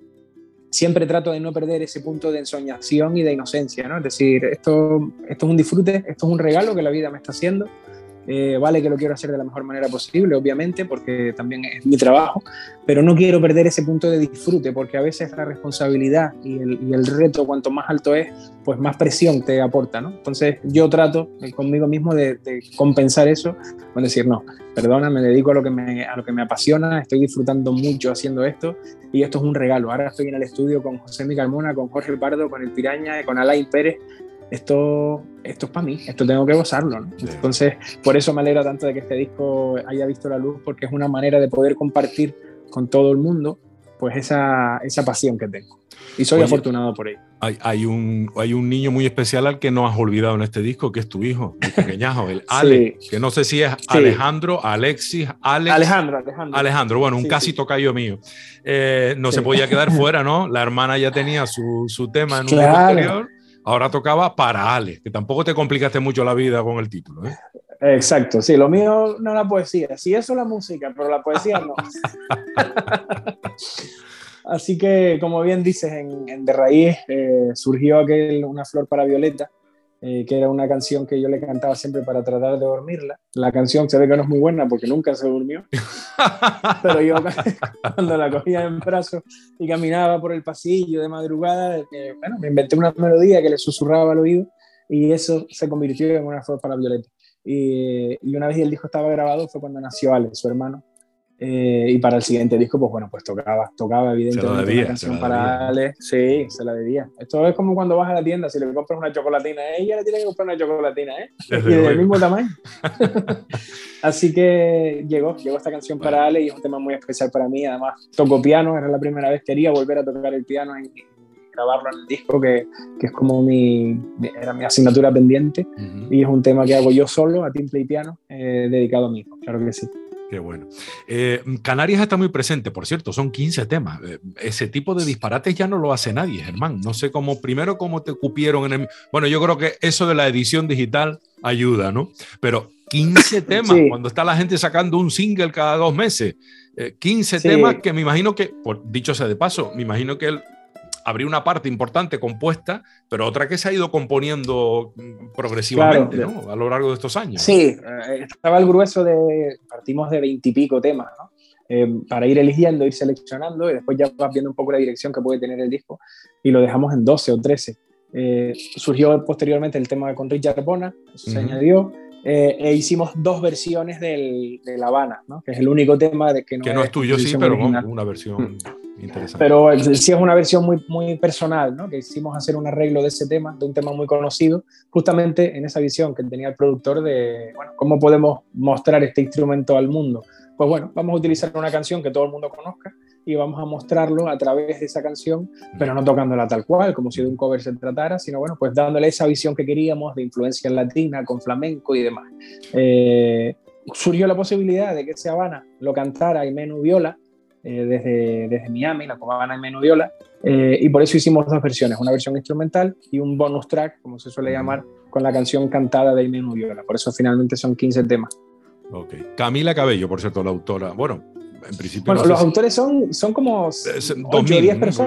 siempre trato de no perder ese punto de ensoñación y de inocencia, ¿no? Es decir, esto, esto es un disfrute, esto es un regalo que la vida me está haciendo. Eh, vale que lo quiero hacer de la mejor manera posible, obviamente, porque también es mi trabajo, pero no quiero perder ese punto de disfrute, porque a veces la responsabilidad y el, y el reto, cuanto más alto es, pues más presión te aporta, ¿no? Entonces yo trato eh, conmigo mismo de, de compensar eso, con decir, no, perdona, me dedico a lo, que me, a lo que me apasiona, estoy disfrutando mucho haciendo esto, y esto es un regalo. Ahora estoy en el estudio con José Mi Carmona, con Jorge Pardo, con El Piraña, con Alain Pérez. Esto, esto es para mí, esto tengo que gozarlo, ¿no? Sí. Entonces, por eso me alegra tanto de que este disco haya visto la luz, porque es una manera de poder compartir con todo el mundo pues esa, esa pasión que tengo. Y soy Oye, afortunado por ello. Hay, hay, un, hay un niño muy especial al que no has olvidado en este disco, que es tu hijo, el pequeñajo, el Ale, sí. que no sé si es sí. Alejandro, Alexis, Alex. Alejandro, Alejandro. Alejandro, bueno, un sí, casi sí. tocayo mío. Eh, no sí. se podía quedar fuera, ¿no? La hermana ya tenía su, su tema en un claro. disco anterior. Ahora tocaba Para Ale, que tampoco te complicaste mucho la vida con el título, ¿eh? Exacto, sí, lo mío no la poesía, sí, eso es la música, pero la poesía no. Así que, como bien dices, en, en De Raíz eh, surgió aquel Una flor para Violeta, eh, que era una canción que yo le cantaba siempre para tratar de dormirla. La canción se ve que no es muy buena porque nunca se durmió, pero yo cuando la cogía en brazos y caminaba por el pasillo de madrugada, eh, bueno, me inventé una melodía que le susurraba al oído y eso se convirtió en Una flor para Violeta. Y, y una vez el disco estaba grabado fue cuando nació Ale, su hermano. Eh, y para el siguiente disco, pues bueno, pues tocaba, tocaba evidentemente debía, una canción para Ale. Sí, se la debía. Esto es como cuando vas a la tienda, si le compras una chocolatina a ella, le tienes que comprar una chocolatina, ¿eh? Desde y del mismo tamaño. Así que llegó, llegó esta canción bueno. para Ale y es un tema muy especial para mí. Además, toco piano, era la primera vez que quería volver a tocar el piano y grabarlo en el disco, que, que es como mi, era mi asignatura pendiente. Uh-huh. Y es un tema que hago yo solo, a timple y piano, eh, dedicado a mí, claro que sí. Qué bueno. Eh, Canarias está muy presente, por cierto, son quince temas. Eh, ese tipo de disparates ya no lo hace nadie, Germán. No sé cómo, primero, cómo te cupieron en el... Bueno, yo creo que eso de la edición digital ayuda, ¿no? Pero quince temas, sí. cuando está la gente sacando un single cada dos meses, eh, quince sí. temas que me imagino que, por dicho sea de paso, me imagino que él habría una parte importante compuesta, pero otra que se ha ido componiendo progresivamente, claro, ¿no? A lo largo de estos años. Sí, eh, estaba el grueso de, partimos de veintipico temas, ¿no? Eh, para ir eligiendo, ir seleccionando, y después ya vas viendo un poco la dirección que puede tener el disco, y lo dejamos en doce o trece. Eh, surgió posteriormente el tema con Richard Bona, eso se uh-huh. añadió, eh, e hicimos dos versiones del, de La Habana, ¿no? Que es el único tema de que no, que no es, es tuyo, sí, pero original. Una versión... Uh-huh. Interesante. Pero sí es una versión muy, muy personal, ¿no? Que hicimos hacer un arreglo de ese tema, de un tema muy conocido, justamente en esa visión que tenía el productor de, bueno, ¿cómo podemos mostrar este instrumento al mundo? Pues bueno, vamos a utilizar una canción que todo el mundo conozca y vamos a mostrarlo a través de esa canción, pero no tocándola tal cual, como si de un cover se tratara, sino bueno, pues dándole esa visión que queríamos de influencia latina, con flamenco y demás. Eh, surgió la posibilidad de que ese Habana lo cantara Aimenu Viola, Eh, desde, desde Miami, la cubana Aimenu Viola, eh, y por eso hicimos dos versiones, una versión instrumental y un bonus track, como se suele llamar, con la canción cantada de Aimenu Viola. Por eso finalmente son quince temas. Ok. Camila Cabello, por cierto, la autora. Bueno, en principio... Bueno, no sé los si... autores son, son como ocho o diez personas.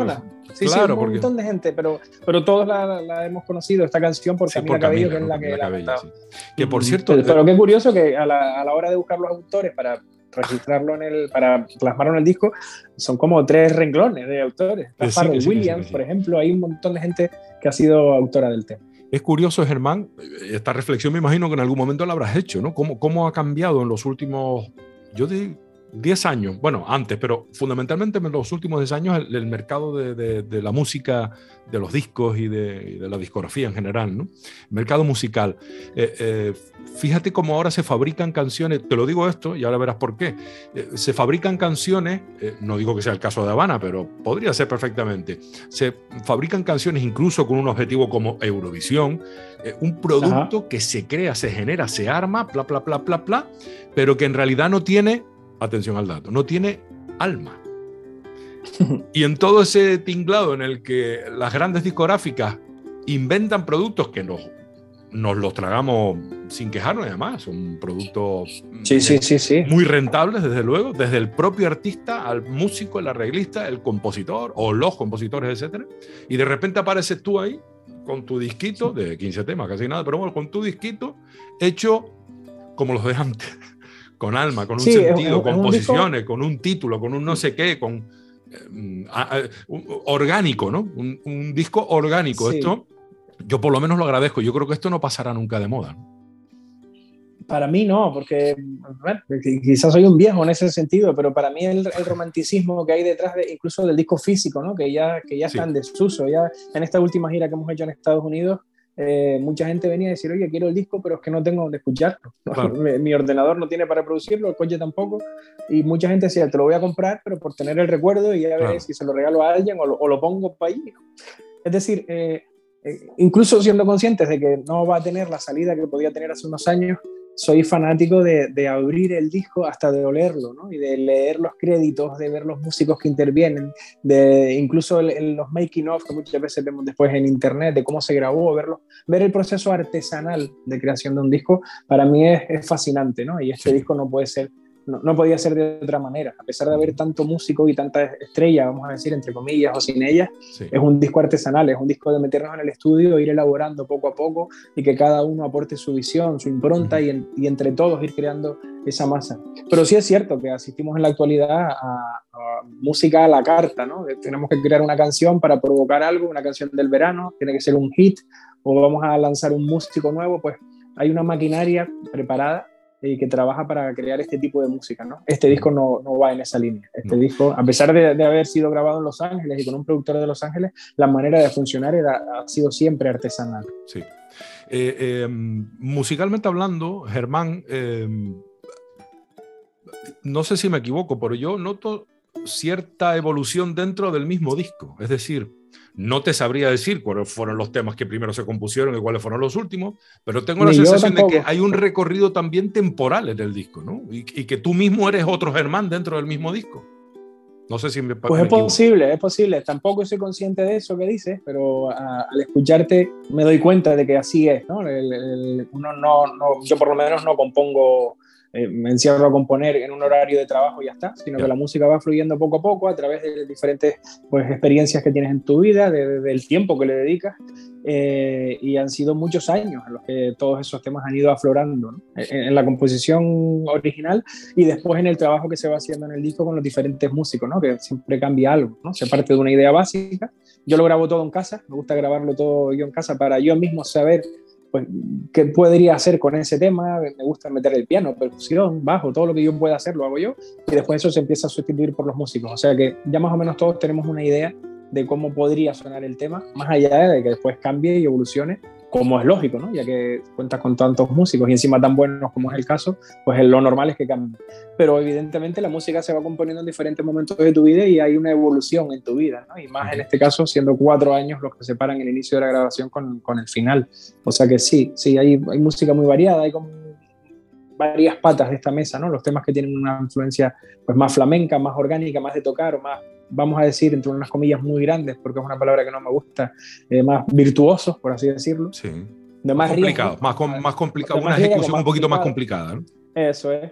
Sí, claro, sí, un porque... montón de gente, pero, pero todos la, la, la hemos conocido, esta canción, por Sí, Camila por Cabello, Camila, que es ¿no? la Camila que la ha Cabello, cantado. sí. Que por Mm, cierto... Pero, pero qué curioso que a la, a la hora de buscar los autores para registrarlo en el, para plasmarlo en el disco, son como tres renglones de autores. Está que sí, Pharrell que sí, que sí, Williams, que sí. por ejemplo, hay un montón de gente que ha sido autora del tema. Es curioso, Germán, esta reflexión me imagino que en algún momento la habrás hecho, ¿no? ¿Cómo, cómo ha cambiado en los últimos, yo digo, diez años? Bueno, antes, pero fundamentalmente en los últimos diez años el, el mercado de, de, de la música, de los discos y de, y de la discografía en general, ¿no? El mercado musical. Eh, eh, fíjate cómo ahora se fabrican canciones, te lo digo esto y ahora verás por qué. Eh, se fabrican canciones, eh, no digo que sea el caso de Habana, pero podría ser perfectamente. Se fabrican canciones incluso con un objetivo como Eurovisión, eh, un producto Ajá. que se crea, se genera, se arma, bla, bla, bla, bla, bla, pero que en realidad no tiene, atención al dato, no tiene alma. Y en todo ese tinglado en el que las grandes discográficas inventan productos que nos, nos los tragamos sin quejarnos, además son productos sí, sí, sí, sí. muy rentables, desde luego, desde el propio artista al músico, el arreglista, el compositor o los compositores, etcétera. Y de repente apareces tú ahí con tu disquito de quince temas, casi nada, pero bueno, con tu disquito hecho como los de antes, con alma, con un sí, sentido, es, es, con es posiciones, con un título, con un no sé qué, con eh, a, a, un, orgánico, ¿no? Un, un disco orgánico. Sí. Esto yo por lo menos lo agradezco. Yo creo que esto no pasará nunca de moda, ¿no? Para mí no, porque bueno, quizás soy un viejo en ese sentido, pero para mí el, el romanticismo que hay detrás de, incluso del disco físico, ¿no? que ya, que ya sí. está en desuso. Ya en esta última gira que hemos hecho en Estados Unidos, eh, mucha gente venía a decir, oye, quiero el disco, pero es que no tengo donde escucharlo. Claro. mi, mi ordenador no tiene para producirlo, el coche tampoco. Y mucha gente decía, te lo voy a comprar, pero por tener el recuerdo y ya veré claro. si se lo regalo a alguien o lo, o lo pongo para ahí. Es decir, eh, eh, incluso siendo conscientes de que no va a tener la salida que podía tener hace unos años, soy fanático de, de abrir el disco hasta de olerlo, ¿no? Y de leer los créditos, de ver los músicos que intervienen, de incluso el, el, los making of que muchas veces vemos después en internet, de cómo se grabó, verlo, ver el proceso artesanal de creación de un disco, para mí es, es fascinante, ¿no? Y este sí. disco no puede ser, no, no podía ser de otra manera, a pesar de haber tanto músico y tanta estrella, vamos a decir, entre comillas, o sin ellas, sí. es un disco artesanal, es un disco de meternos en el estudio, ir elaborando poco a poco y que cada uno aporte su visión, su impronta uh-huh. y, en, y entre todos ir creando esa masa. Pero sí es cierto que asistimos en la actualidad a, a música a la carta, ¿no? Tenemos que crear una canción para provocar algo, una canción del verano, tiene que ser un hit, o vamos a lanzar un músico nuevo, pues hay una maquinaria preparada y que trabaja para crear este tipo de música, ¿no? Este disco no, no va en esa línea. Este no. disco, a pesar de, de haber sido grabado en Los Ángeles y con un productor de Los Ángeles, la manera de funcionar era, ha sido siempre artesanal. Sí. Eh, eh, musicalmente hablando, Germán, eh, no sé si me equivoco, pero yo noto cierta evolución dentro del mismo disco. Es decir, no te sabría decir cuáles fueron los temas que primero se compusieron y cuáles fueron los últimos, pero tengo la Ni sensación de que hay un recorrido también temporal en el disco, ¿no? Y, y que tú mismo eres otro Germán dentro del mismo disco. No sé si me Pues me es posible, es posible. Tampoco soy consciente de eso que dices, pero a, al escucharte me doy cuenta de que así es, ¿no? El, el, uno no, no, yo por lo menos no compongo, eh, me encierro a componer en un horario de trabajo y ya está, sino yeah. que la música va fluyendo poco a poco a través de diferentes pues, experiencias que tienes en tu vida, de, de, del tiempo que le dedicas, eh, y han sido muchos años en los que todos esos temas han ido aflorando, ¿no? en, en la composición original y después en el trabajo que se va haciendo en el disco con los diferentes músicos, ¿no? Que siempre cambia algo, ¿no? Se parte de una idea básica. Yo lo grabo todo en casa, me gusta grabarlo todo yo en casa para yo mismo saber pues, qué podría hacer con ese tema. Me gusta meter el piano, percusión, bajo, todo lo que yo pueda hacer lo hago yo y después eso se empieza a sustituir por los músicos. O sea que ya más o menos todos tenemos una idea de cómo podría sonar el tema, más allá de que después cambie y evolucione, como es lógico, ¿no? Ya que cuentas con tantos músicos y encima tan buenos como es el caso, pues lo normal es que cambie. Pero evidentemente la música se va componiendo en diferentes momentos de tu vida y hay una evolución en tu vida, ¿no? Y más en este caso siendo cuatro años los que separan el inicio de la grabación con, con el final. O sea que sí, sí, hay, hay música muy variada, hay como varias patas de esta mesa, ¿no? Los temas que tienen una influencia pues, más flamenca, más orgánica, más de tocar o más, vamos a decir, entre unas comillas muy grandes, porque es una palabra que no me gusta, eh, más virtuosos, por así decirlo. Sí. De más, más complicado, riesgo, más, com, más complicado, de más una ejecución riesgo, un poquito más más complicada, ¿no? Eso es.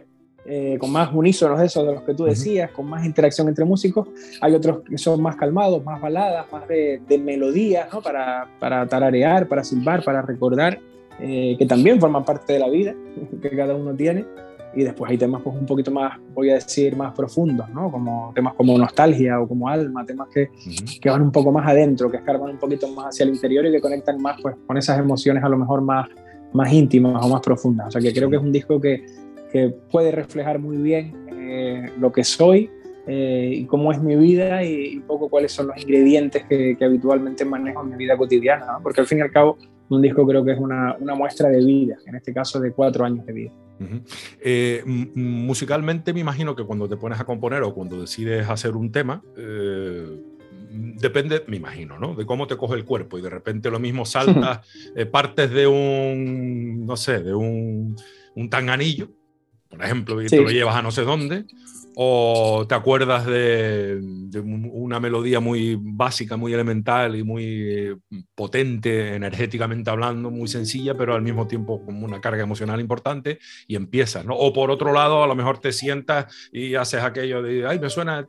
eh, con más unísonos, esos de los que tú decías, uh-huh. con más interacción entre músicos. Hay otros que son más calmados, más baladas, más de, de melodías, ¿no? para, para tararear, para silbar, para recordar, eh, que también forman parte de la vida que cada uno tiene. Y después hay temas pues un poquito más, voy a decir, más profundos, ¿no? Como temas como nostalgia o como alma, temas que, uh-huh. que van un poco más adentro, que escarban un poquito más hacia el interior y que conectan más pues con esas emociones a lo mejor más, más íntimas o más profundas. O sea que creo que es un disco que, que puede reflejar muy bien eh, lo que soy eh, y cómo es mi vida y, y un poco cuáles son los ingredientes que, que habitualmente manejo en mi vida cotidiana, ¿no? Porque al fin y al cabo un disco creo que es una, una muestra de vida, en este caso de cuatro años de vida. Uh-huh. Eh, m- musicalmente me imagino que cuando te pones a componer o cuando decides hacer un tema, eh, depende, me imagino, ¿no? De cómo te coge el cuerpo y de repente lo mismo saltas eh, partes de un, no sé, de un, un tanganillo, por ejemplo, y sí. te lo llevas a no sé dónde, o te acuerdas de, de una melodía muy básica, muy elemental y muy potente, energéticamente hablando, muy sencilla, pero al mismo tiempo con una carga emocional importante y empiezas, ¿no? O por otro lado, a lo mejor te sientas y haces aquello de, ay, me suena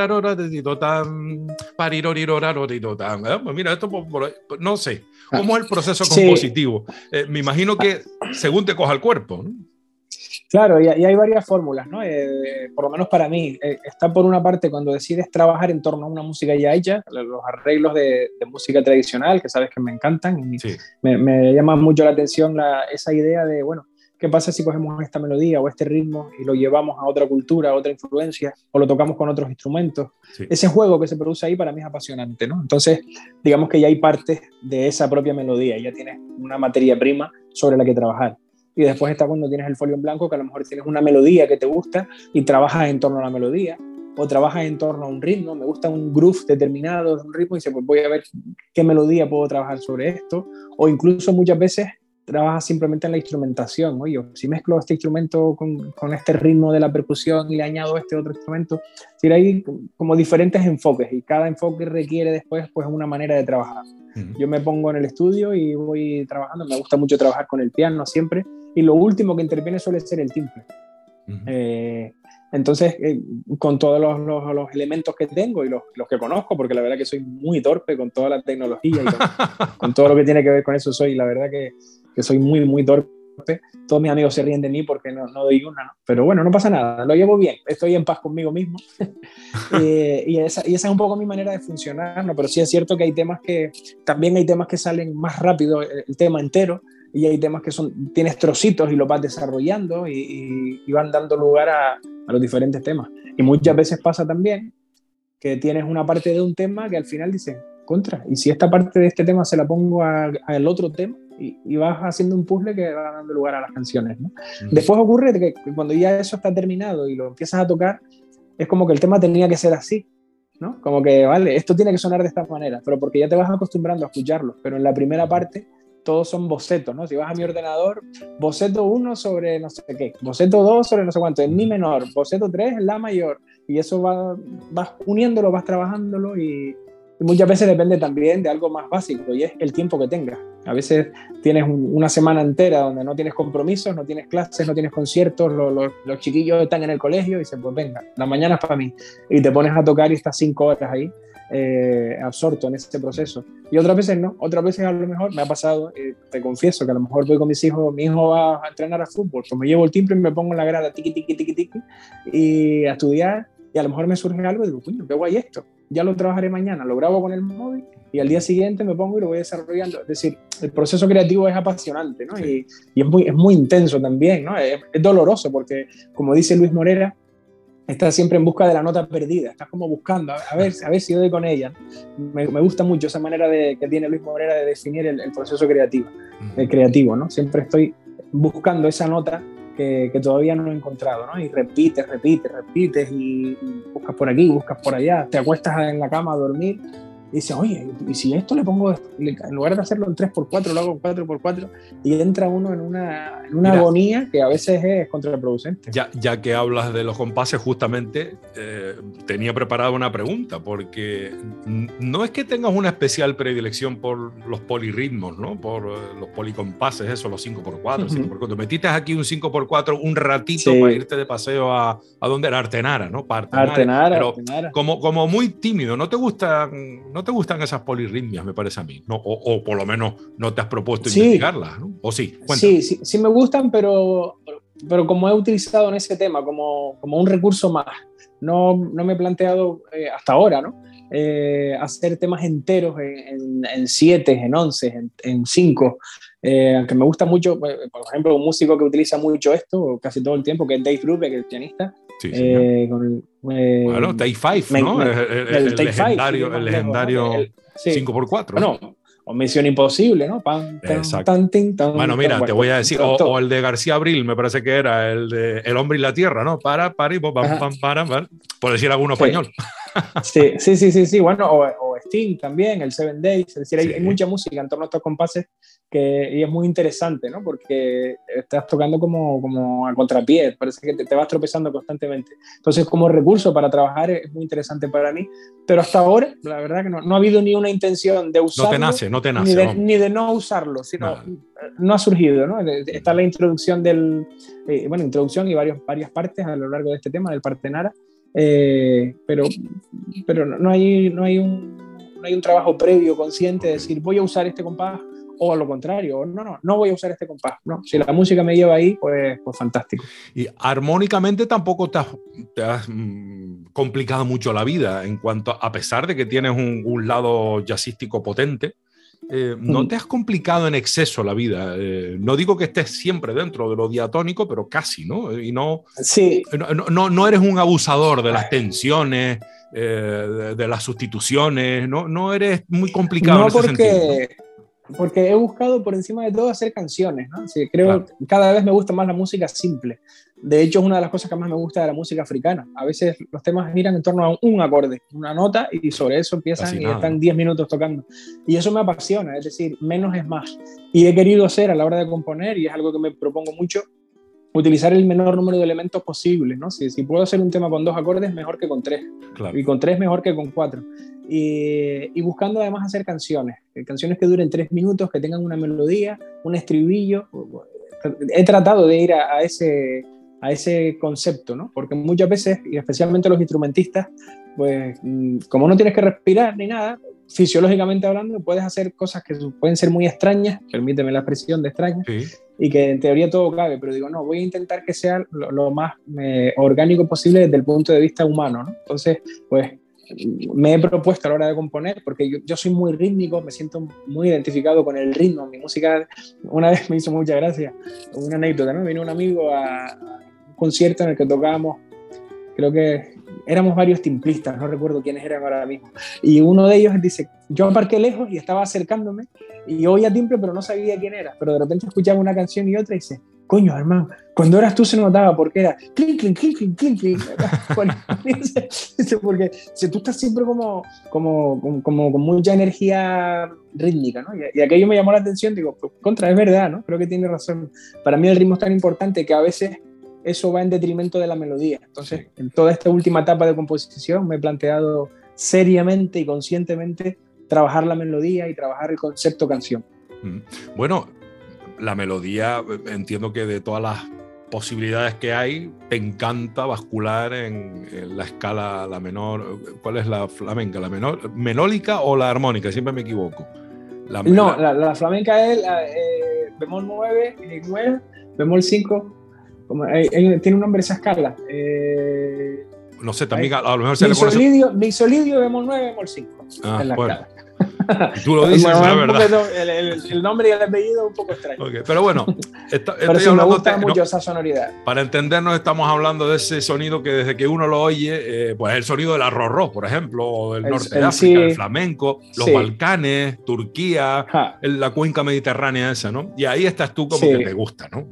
pues mira, esto por, por, no sé, ¿cómo es el proceso compositivo? Sí. Eh, me imagino que según te coja el cuerpo, ¿no? Claro, y, y hay varias fórmulas, ¿no? Eh, por lo menos para mí, eh, está por una parte cuando decides trabajar en torno a una música ya hecha, los arreglos de, de música tradicional, que sabes que me encantan, y sí. me, me llama mucho la atención la, esa idea de, bueno, ¿qué pasa si cogemos esta melodía o este ritmo y lo llevamos a otra cultura, a otra influencia, o lo tocamos con otros instrumentos? Sí. Ese juego que se produce ahí para mí es apasionante, ¿no? Entonces, digamos que ya hay partes de esa propia melodía, ya tienes una materia prima sobre la que trabajar. Y después está cuando tienes el folio en blanco, que a lo mejor tienes una melodía que te gusta y trabajas en torno a la melodía, o trabajas en torno a un ritmo, me gusta un groove determinado de un ritmo y dices, pues voy a ver qué melodía puedo trabajar sobre esto, o incluso muchas veces trabajas simplemente en la instrumentación, oye, si mezclo este instrumento con, con este ritmo de la percusión y le añado este otro instrumento, es decir, hay como diferentes enfoques y cada enfoque requiere después pues una manera de trabajar. Uh-huh. Yo me pongo en el estudio y voy trabajando, me gusta mucho trabajar con el piano siempre, y lo último que interviene suele ser el timbre. Uh-huh. Eh, entonces, eh, con todos los, los, los elementos que tengo y los, los que conozco, porque la verdad que soy muy torpe con toda la tecnología y con, con todo lo que tiene que ver con eso, soy la verdad que, que soy muy, muy torpe. Todos mis amigos se ríen de mí porque no, no doy una, ¿no? Pero bueno, no pasa nada, lo llevo bien, estoy en paz conmigo mismo. eh, y, esa, y esa es un poco mi manera de funcionar, ¿no? Pero sí es cierto que hay temas que, también hay temas que salen más rápido, el, el tema entero, y hay temas que son, tienes trocitos y los vas desarrollando y, y, y van dando lugar a, a los diferentes temas. Y muchas veces pasa también que tienes una parte de un tema que al final dices, contra, y si esta parte de este tema se la pongo al otro tema, y, y vas haciendo un puzzle que va dando lugar a las canciones, ¿no? Uh-huh. Después ocurre que, que cuando ya eso está terminado y lo empiezas a tocar, es como que el tema tenía que ser así, ¿no? Como que, vale, esto tiene que sonar de esta manera, pero porque ya te vas acostumbrando a escucharlo, pero en la primera parte todos son bocetos, ¿no? Si vas a mi ordenador, boceto uno sobre no sé qué, boceto dos sobre no sé cuánto, en mi menor, boceto tres en la mayor, y eso va, vas uniéndolo, vas trabajándolo, y, y muchas veces depende también de algo más básico, y es el tiempo que tengas. A veces tienes un, una semana entera donde no tienes compromisos, no tienes clases, no tienes conciertos, lo, lo, los chiquillos están en el colegio y dicen, pues venga, la mañana es para mí, y te pones a tocar y estás cinco horas ahí, Eh, absorto en ese proceso. Y otras veces no, otras veces a lo mejor me ha pasado, eh, te confieso que a lo mejor voy con mis hijos, mi hijo va a entrenar a fútbol, pues me llevo el timbre y me pongo en la grada tiqui tiqui tiqui tiqui y a estudiar, y a lo mejor me surge algo y digo, coño, qué guay esto, ya lo trabajaré mañana, lo grabo con el móvil y al día siguiente me pongo y lo voy desarrollando. Es decir, el proceso creativo es apasionante, ¿no? Y, y es, muy, es muy intenso también, ¿no? Es, es doloroso porque, como dice Luis Morera, estás siempre en busca de la nota perdida, estás como buscando, a ver, a ver si doy con ella. Me, me gusta mucho esa manera de, que tiene Luis Morera de definir el, el proceso creativo, el creativo, ¿no? Siempre estoy buscando esa nota que, que todavía no he encontrado, ¿no? Y repites, repites, repites, y, y buscas por aquí, buscas por allá, te acuestas en la cama a dormir y dice, oye, ¿y si esto le pongo, en lugar de hacerlo en tres por cuatro, lo hago en cuatro por cuatro? Y entra uno en una, en una Mira, agonía que a veces es contraproducente. Ya, ya que hablas de los compases, justamente eh, tenía preparada una pregunta, porque no es que tengas una especial predilección por los polirritmos, ¿no? Por eh, los policompases, eso, los cinco por cuatro, uh-huh. cinco por cuatro. Metiste aquí un cinco por cuatro un ratito sí. para irte de paseo a, a donde era Artenara, ¿no? Para Artenara, Artenara, pero Artenara. Como, como muy tímido, ¿no te gustan, no te gustan esas polirritmias, me parece a mí? ¿No? O, o por lo menos no te has propuesto sí. investigarlas, ¿no? ¿O sí? Sí, sí, sí me gustan, pero, pero como he utilizado en ese tema como, como un recurso más, no, no me he planteado eh, hasta ahora, ¿no? Eh, hacer temas enteros en, en, en siete, en once, en, en cinco, eh, aunque me gusta mucho, por ejemplo, un músico que utiliza mucho esto casi todo el tiempo, que es Dave Brubeck, el pianista. Sí, eh, con el, eh, bueno, Take Five, ¿no? Me, el, el, el, el legendario, el legendario cinco por cuatro. Bueno, o Misión Imposible, ¿no? Pan, tan, tan, tin, tan, bueno, mira, tan, te voy a decir, o, o el de García Abril, me parece que era el de El Hombre y la Tierra, ¿no? Para, para, y pam, pam, para, para, por decir alguno sí. español. Sí, sí, sí, sí, sí. Bueno, o, o Sting también, el Seven Days, es decir, hay, sí. hay mucha música en torno a estos compases que, y es muy interesante, ¿no? Porque estás tocando como, como a contrapié, parece que te, te vas tropezando constantemente. Entonces, como recurso para trabajar es muy interesante para mí, pero hasta ahora, la verdad que no, no ha habido ni una intención de usarlo. No te nace, no te nace. Ni de, ni de no usarlo, sino Nada. no ha surgido, ¿no? Está la introducción del, eh, bueno, introducción y varios, varias partes a lo largo de este tema, del Partenara. Eh, pero pero no hay, no, hay un, no hay un trabajo previo consciente de decir voy a usar este compás o a lo contrario, no, no, no voy a usar este compás, no, si la música me lleva ahí, pues, pues fantástico. Y armónicamente tampoco te has, te has mmm, complicado mucho la vida en cuanto a, a pesar de que tienes un, un lado jazzístico potente, Eh, no te has complicado en exceso la vida. Eh, no digo que estés siempre dentro de lo diatónico, pero casi, ¿no? Y no, sí. no, no, no eres un abusador de las tensiones, eh, de, de las sustituciones, no, no eres muy complicado no en ese porque, sentido. ¿no? Porque he buscado por encima de todo hacer canciones, ¿no? Sí, creo Claro. que cada vez me gusta más la música simple. De hecho, es una de las cosas que más me gusta de la música africana. A veces los temas giran en torno a un acorde, una nota, y sobre eso empiezan Casi y nada. están diez minutos tocando. Y eso me apasiona, es decir, menos es más. Y he querido hacer a la hora de componer, y es algo que me propongo mucho, utilizar el menor número de elementos posible, ¿no? Si, si puedo hacer un tema con dos acordes, mejor que con tres. Claro. Y con tres, mejor que con cuatro. Y, y buscando además hacer canciones, canciones que duren tres minutos, que tengan una melodía, un estribillo. He tratado de ir a, a, ese, a ese concepto, ¿no? Porque muchas veces, y especialmente los instrumentistas, pues como no tienes que respirar ni nada, fisiológicamente hablando, puedes hacer cosas que pueden ser muy extrañas, permíteme la expresión de extrañas, Sí. y que en teoría todo cabe, pero digo, no, voy a intentar que sea lo, lo más eh, orgánico posible desde el punto de vista humano, ¿no? Entonces, pues me he propuesto a la hora de componer, porque yo, yo soy muy rítmico, me siento muy identificado con el ritmo. Mi música, una vez me hizo mucha gracia, una anécdota, ¿no? Vino un amigo a, a un concierto en el que tocábamos, creo que éramos varios timplistas, no recuerdo quiénes eran ahora mismo, y uno de ellos dice, yo aparqué lejos y estaba acercándome, y yo oía timbre, pero no sabía quién era, pero de repente escuchaba una canción y otra y dice, coño, hermano, cuando eras tú se notaba porque era clink, clink, clink, clink, clink, clink. Porque si tú estás siempre como, como, como, como con mucha energía rítmica, ¿no? Y, y aquello me llamó la atención, digo, pues, contra, es verdad, ¿no? Creo que tiene razón. Para mí el ritmo es tan importante que a veces eso va en detrimento de la melodía. Entonces, sí. En toda esta última etapa de composición me he planteado seriamente y conscientemente trabajar la melodía y trabajar el concepto canción. Bueno, la melodía, entiendo que de todas las posibilidades que hay, te encanta bascular en, en la escala, la menor. ¿Cuál es la flamenca? ¿La menor, menólica o la armónica? Siempre me equivoco. La, no, la, la flamenca es la, eh, bemol nueve, nueve, bemol cinco. Como, eh, eh, tiene un nombre esa escala. Eh, no sé, también a, a lo mejor se mi le conoce. Solidio, mi solidio bemol nueve, bemol cinco. Ah, en la bueno. escala. Y tú lo dices, bueno, la verdad. El, el, el nombre y el apellido es un poco extraño. Okay, pero bueno, esto, pero estoy sí, me gusta de, mucho no, esa sonoridad. Para entendernos, estamos hablando de ese sonido que desde que uno lo oye, eh, pues el sonido del arrorró, por ejemplo, o del el, norte el, de África, sí, el flamenco, los sí. Balcanes, Turquía, el, la cuenca mediterránea esa, ¿no? Y ahí estás tú como sí. que te gusta, ¿no?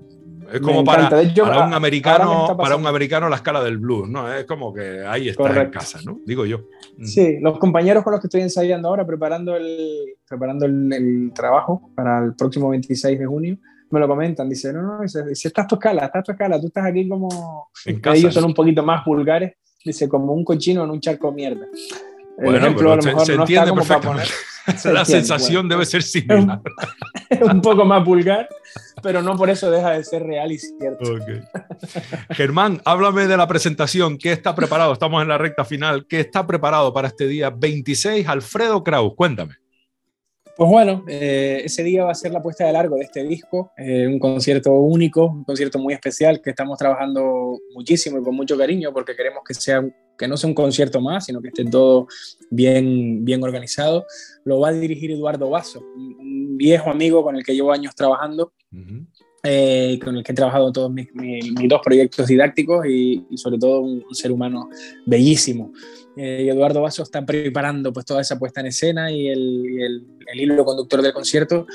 Es como Me para, encanta. De hecho, para, un ahora me americano, está para un pasando. americano la escala del blues, ¿no? Es como que ahí estás en Correcto. casa, ¿no? Digo yo. Sí, los compañeros con los que estoy ensayando ahora, preparando el, preparando el, el trabajo para el próximo veintiséis de junio, me lo comentan. Dice, no, no, dice, dice, estás tu escala, estás tu escala, tú estás aquí como... En casa, Ellos son ¿no? un poquito más vulgares, dice, como un cochino en un charco de mierda. El Bueno, ejemplo a pero lo se, mejor se no entiende está como para poner... perfectamente. Se La entiende, sensación bueno, debe pues, ser similar. es un poco más vulgar, pero no por eso deja de ser real y cierto. Okay. Germán, háblame de la presentación. ¿Qué está preparado? Estamos en la recta final. ¿Qué está preparado para este día veintiséis? Alfredo Kraus, cuéntame. Pues bueno, eh, ese día va a ser la puesta de largo de este disco, eh, un concierto único, un concierto muy especial que estamos trabajando muchísimo y con mucho cariño porque queremos que sea, que no sea un concierto más, sino que esté todo bien, bien organizado. Lo va a dirigir Eduardo Basso, un viejo amigo con el que llevo años trabajando. Uh-huh. Eh, con el que he trabajado todos mis, mis, mis dos proyectos didácticos y, y sobre todo un, un ser humano bellísimo. Eh, Eduardo Basso está preparando pues, toda esa puesta en escena y el, y el, el hilo conductor del concierto,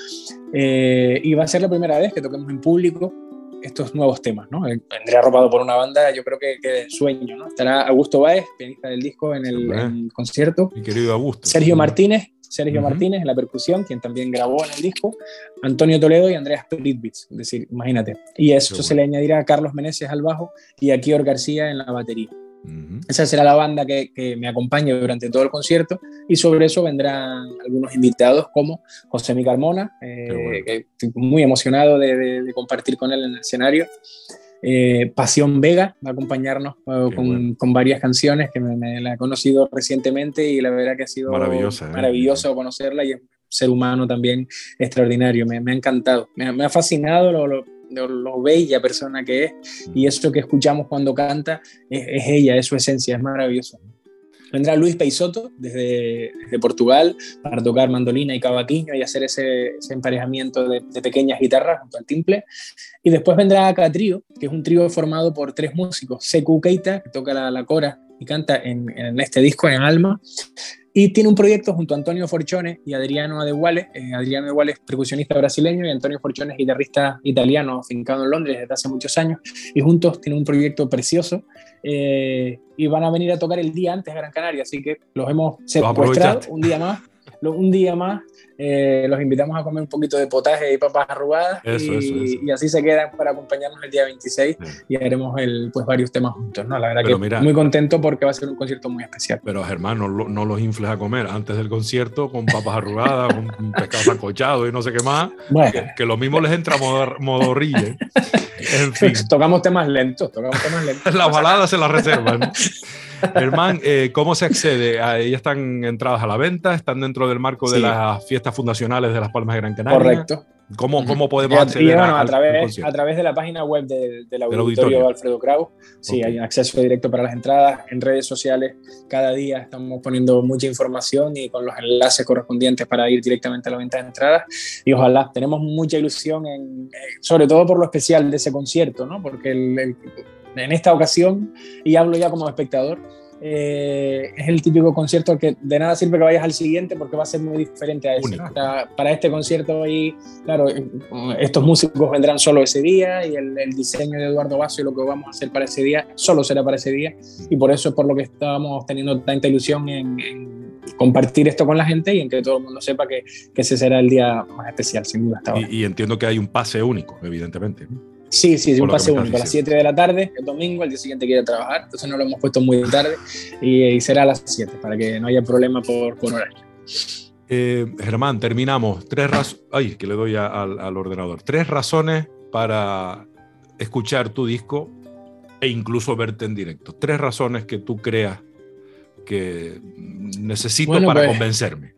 eh, y va a ser la primera vez que toquemos en público estos nuevos temas, ¿no? Vendré arropado por una banda, yo creo que, que de sueño, ¿no? Estará Augusto Báez, pianista del disco, en el, en el concierto. Mi querido Augusto. Sergio Martínez, Sergio uh-huh. Martínez en la percusión, quien también grabó en el disco, Antonio Toledo y Andreas Pritvitz, es decir, imagínate. Y a eso Qué se bueno. le añadirá a Carlos Meneses al bajo y a Kior García en la batería. Uh-huh. Esa será la banda que, que me acompañe durante todo el concierto y sobre eso vendrán algunos invitados como José Mi Carmona, eh, bueno. que estoy muy emocionado de, de, de compartir con él en el escenario. Eh, Pasión Vega va a acompañarnos uh, con, bueno. con varias canciones que me, me la he conocido recientemente y la verdad que ha sido maravilloso, ¿eh? maravilloso conocerla y es un ser humano también extraordinario, me, me ha encantado, me, me ha fascinado lo, lo, lo, lo bella persona que es y eso que escuchamos cuando canta es, es ella, es su esencia, es maravilloso. Vendrá Luis Peixoto desde, desde Portugal para tocar mandolina y cavaquinho y hacer ese, ese emparejamiento de, de pequeñas guitarras junto al timple. Y después vendrá Catrío, que es un trío formado por tres músicos. Sekou Keita, que toca la, la cora y canta en, en este disco, en Alma. Y tiene un proyecto junto a Antonio Forcione y Adriano Adeguale. Eh, Adriano Adeguale es percusionista brasileño y Antonio Forcione es guitarrista italiano, afincado en Londres desde hace muchos años. Y juntos tienen un proyecto precioso. Eh, y van a venir a tocar el día antes de Gran Canaria, así que los hemos secuestrado un día más. Un día más eh, los invitamos a comer un poquito de potaje y papas arrugadas eso, y, eso, eso. y así se quedan para acompañarnos el día veintiséis sí. y haremos el, pues, varios temas juntos, ¿no? La verdad pero que mira, muy contento porque va a ser un concierto muy especial. Pero Germán, no, no los infles a comer antes del concierto con papas arrugadas, con pescado sancochado y no sé qué más, bueno. que, que lo mismo les entra modorrille. En fin. Tocamos temas lentos, tocamos temas lentos. Las baladas se las reservan, ¿no? Germán, eh, ¿cómo se accede? ¿Ya están entradas a la venta? ¿Están dentro del marco sí. de las fiestas fundacionales de Las Palmas de Gran Canaria? Correcto. ¿Cómo, cómo podemos y, acceder y, bueno, a, a, través, a través de la página web de, del, auditorio auditorio Alfredo Kraus? Sí, okay. Hay un acceso directo para las entradas. En redes sociales cada día estamos poniendo mucha información y con los enlaces correspondientes para ir directamente a la venta de entradas. Y ojalá, tenemos mucha ilusión, en, sobre todo por lo especial de ese concierto, ¿no? Porque el, el, en esta ocasión, y hablo ya como espectador, Eh, es el típico concierto que de nada sirve que vayas al siguiente porque va a ser muy diferente a ese, ¿no? Para, para este concierto ahí, claro, estos músicos vendrán solo ese día y el, el diseño de Eduardo Basso y lo que vamos a hacer para ese día solo será para ese día y por eso es por lo que estábamos teniendo tanta ilusión en, en compartir esto con la gente y en que todo el mundo sepa que, que ese será el día más especial, sin duda hasta ahora. Y, y entiendo que hay un pase único, evidentemente. Sí, sí, sí, un pase único, a las siete de la tarde, el domingo, el día siguiente quiere trabajar, entonces no lo hemos puesto muy tarde y, y será a las siete, para que no haya problema por, por horario. Eh, Germán, terminamos. Tres razones, ay, que le doy a, al, al ordenador. Tres razones para escuchar tu disco e incluso verte en directo. Tres razones que tú creas que necesito bueno, para pues, convencerme.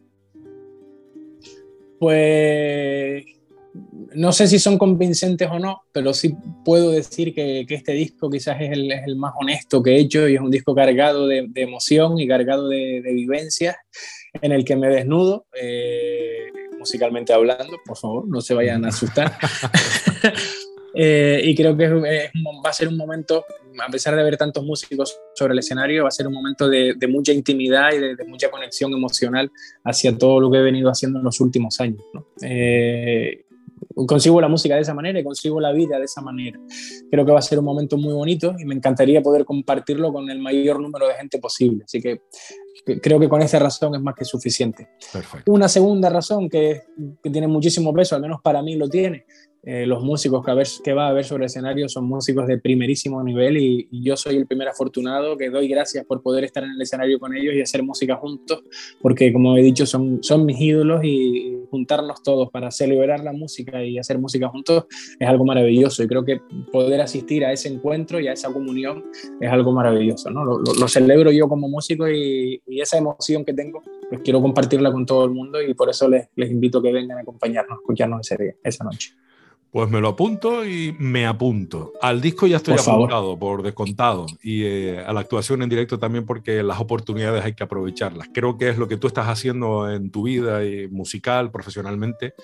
Pues... no sé si son convincentes o no, pero sí puedo decir que, que este disco quizás es el, es el más honesto que he hecho y es un disco cargado de, de emoción y cargado de, de vivencias en el que me desnudo, eh, musicalmente hablando, por favor, no se vayan a asustar. eh, y creo que es, es, va a ser un momento, a pesar de haber tantos músicos sobre el escenario, va a ser un momento de, de mucha intimidad y de, de mucha conexión emocional hacia todo lo que he venido haciendo en los últimos años, ¿no? Eh, consigo la música de esa manera y consigo la vida de esa manera. Creo que va a ser un momento muy bonito y me encantaría poder compartirlo con el mayor número de gente posible. Así que creo que con esa razón es más que suficiente. Perfecto. Una segunda razón que, que tiene muchísimo peso, al menos para mí lo tiene. Eh, los músicos que, a ver, que va a ver sobre el escenario son músicos de primerísimo nivel y, y yo soy el primer afortunado que doy gracias por poder estar en el escenario con ellos y hacer música juntos, porque como he dicho son, son mis ídolos y juntarnos todos para celebrar la música y hacer música juntos es algo maravilloso y creo que poder asistir a ese encuentro y a esa comunión es algo maravilloso, ¿no? Lo, lo, lo celebro yo como músico y, y esa emoción que tengo pues quiero compartirla con todo el mundo y por eso les, les invito a que vengan a acompañarnos, a escucharnos ese día, esa noche. Pues me lo apunto y me apunto. Al disco ya estoy por apuntado, favor. por descontado. Y eh, a la actuación en directo también porque las oportunidades hay que aprovecharlas. Creo que es lo que tú estás haciendo en tu vida y musical, profesionalmente.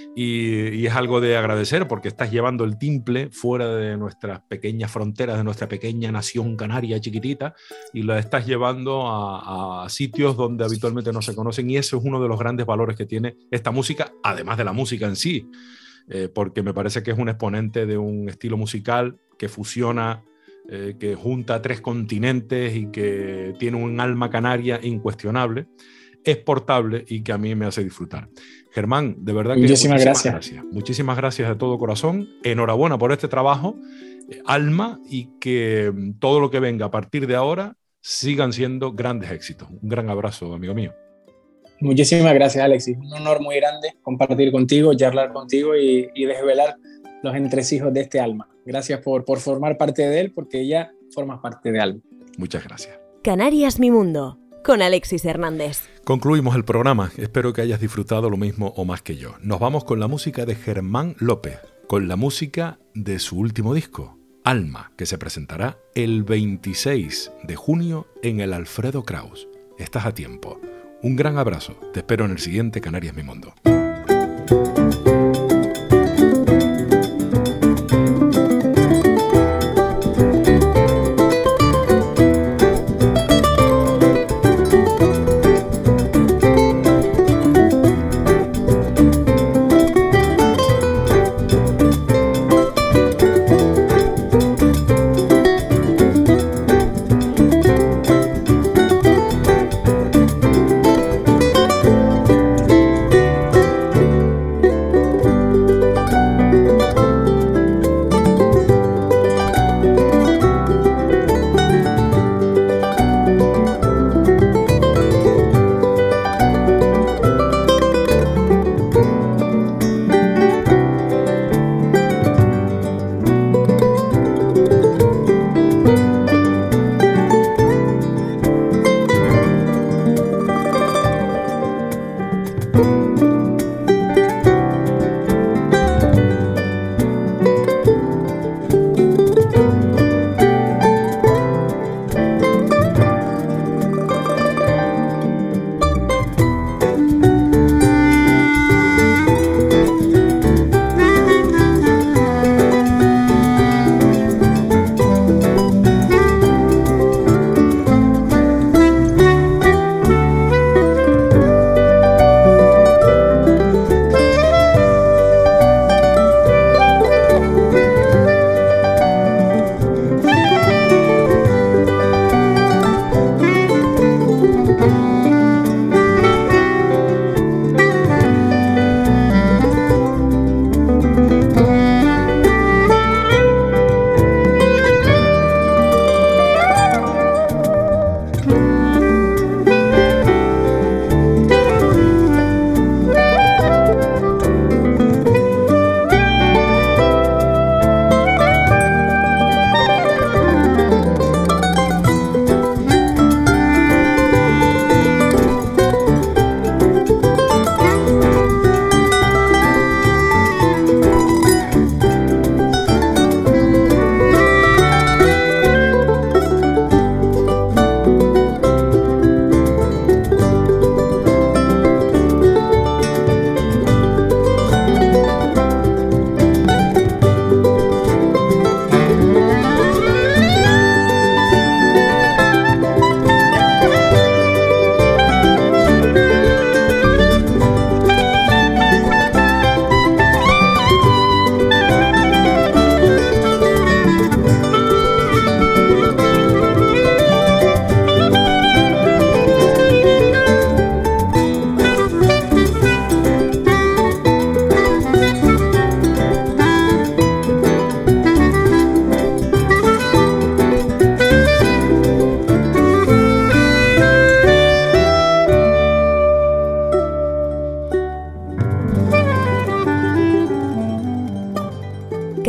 Y, y es algo de agradecer porque estás llevando el timple fuera de nuestras pequeñas fronteras, de nuestra pequeña nación canaria chiquitita, y la estás llevando a, a sitios donde habitualmente no se conocen. Y eso es uno de los grandes valores que tiene esta música, además de la música en sí. Eh, porque me parece que es un exponente de un estilo musical que fusiona, eh, que junta tres continentes y que tiene un alma canaria incuestionable, es portable y que a mí me hace disfrutar. Germán, de verdad que muchísimas, muchísimas gracias. gracias. Muchísimas gracias de todo corazón. Enhorabuena por este trabajo, eh, alma, y que todo lo que venga a partir de ahora sigan siendo grandes éxitos. Un gran abrazo, amigo mío. Muchísimas gracias, Alexis. Un honor muy grande compartir contigo, charlar contigo y, y desvelar los entresijos de este alma. Gracias por, por formar parte de él, porque ya formas parte de alma. Muchas gracias. Canarias Mi Mundo, con Alexis Hernández. Concluimos el programa. Espero que hayas disfrutado lo mismo o más que yo. Nos vamos con la música de Germán López, con la música de su último disco, Alma, que se presentará el veintiséis de junio en el Alfredo Kraus. Estás a tiempo. Un gran abrazo. Te espero en el siguiente Canarias Mi Mundo.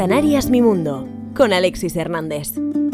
Canarias Mi Mundo, con Alexis Hernández.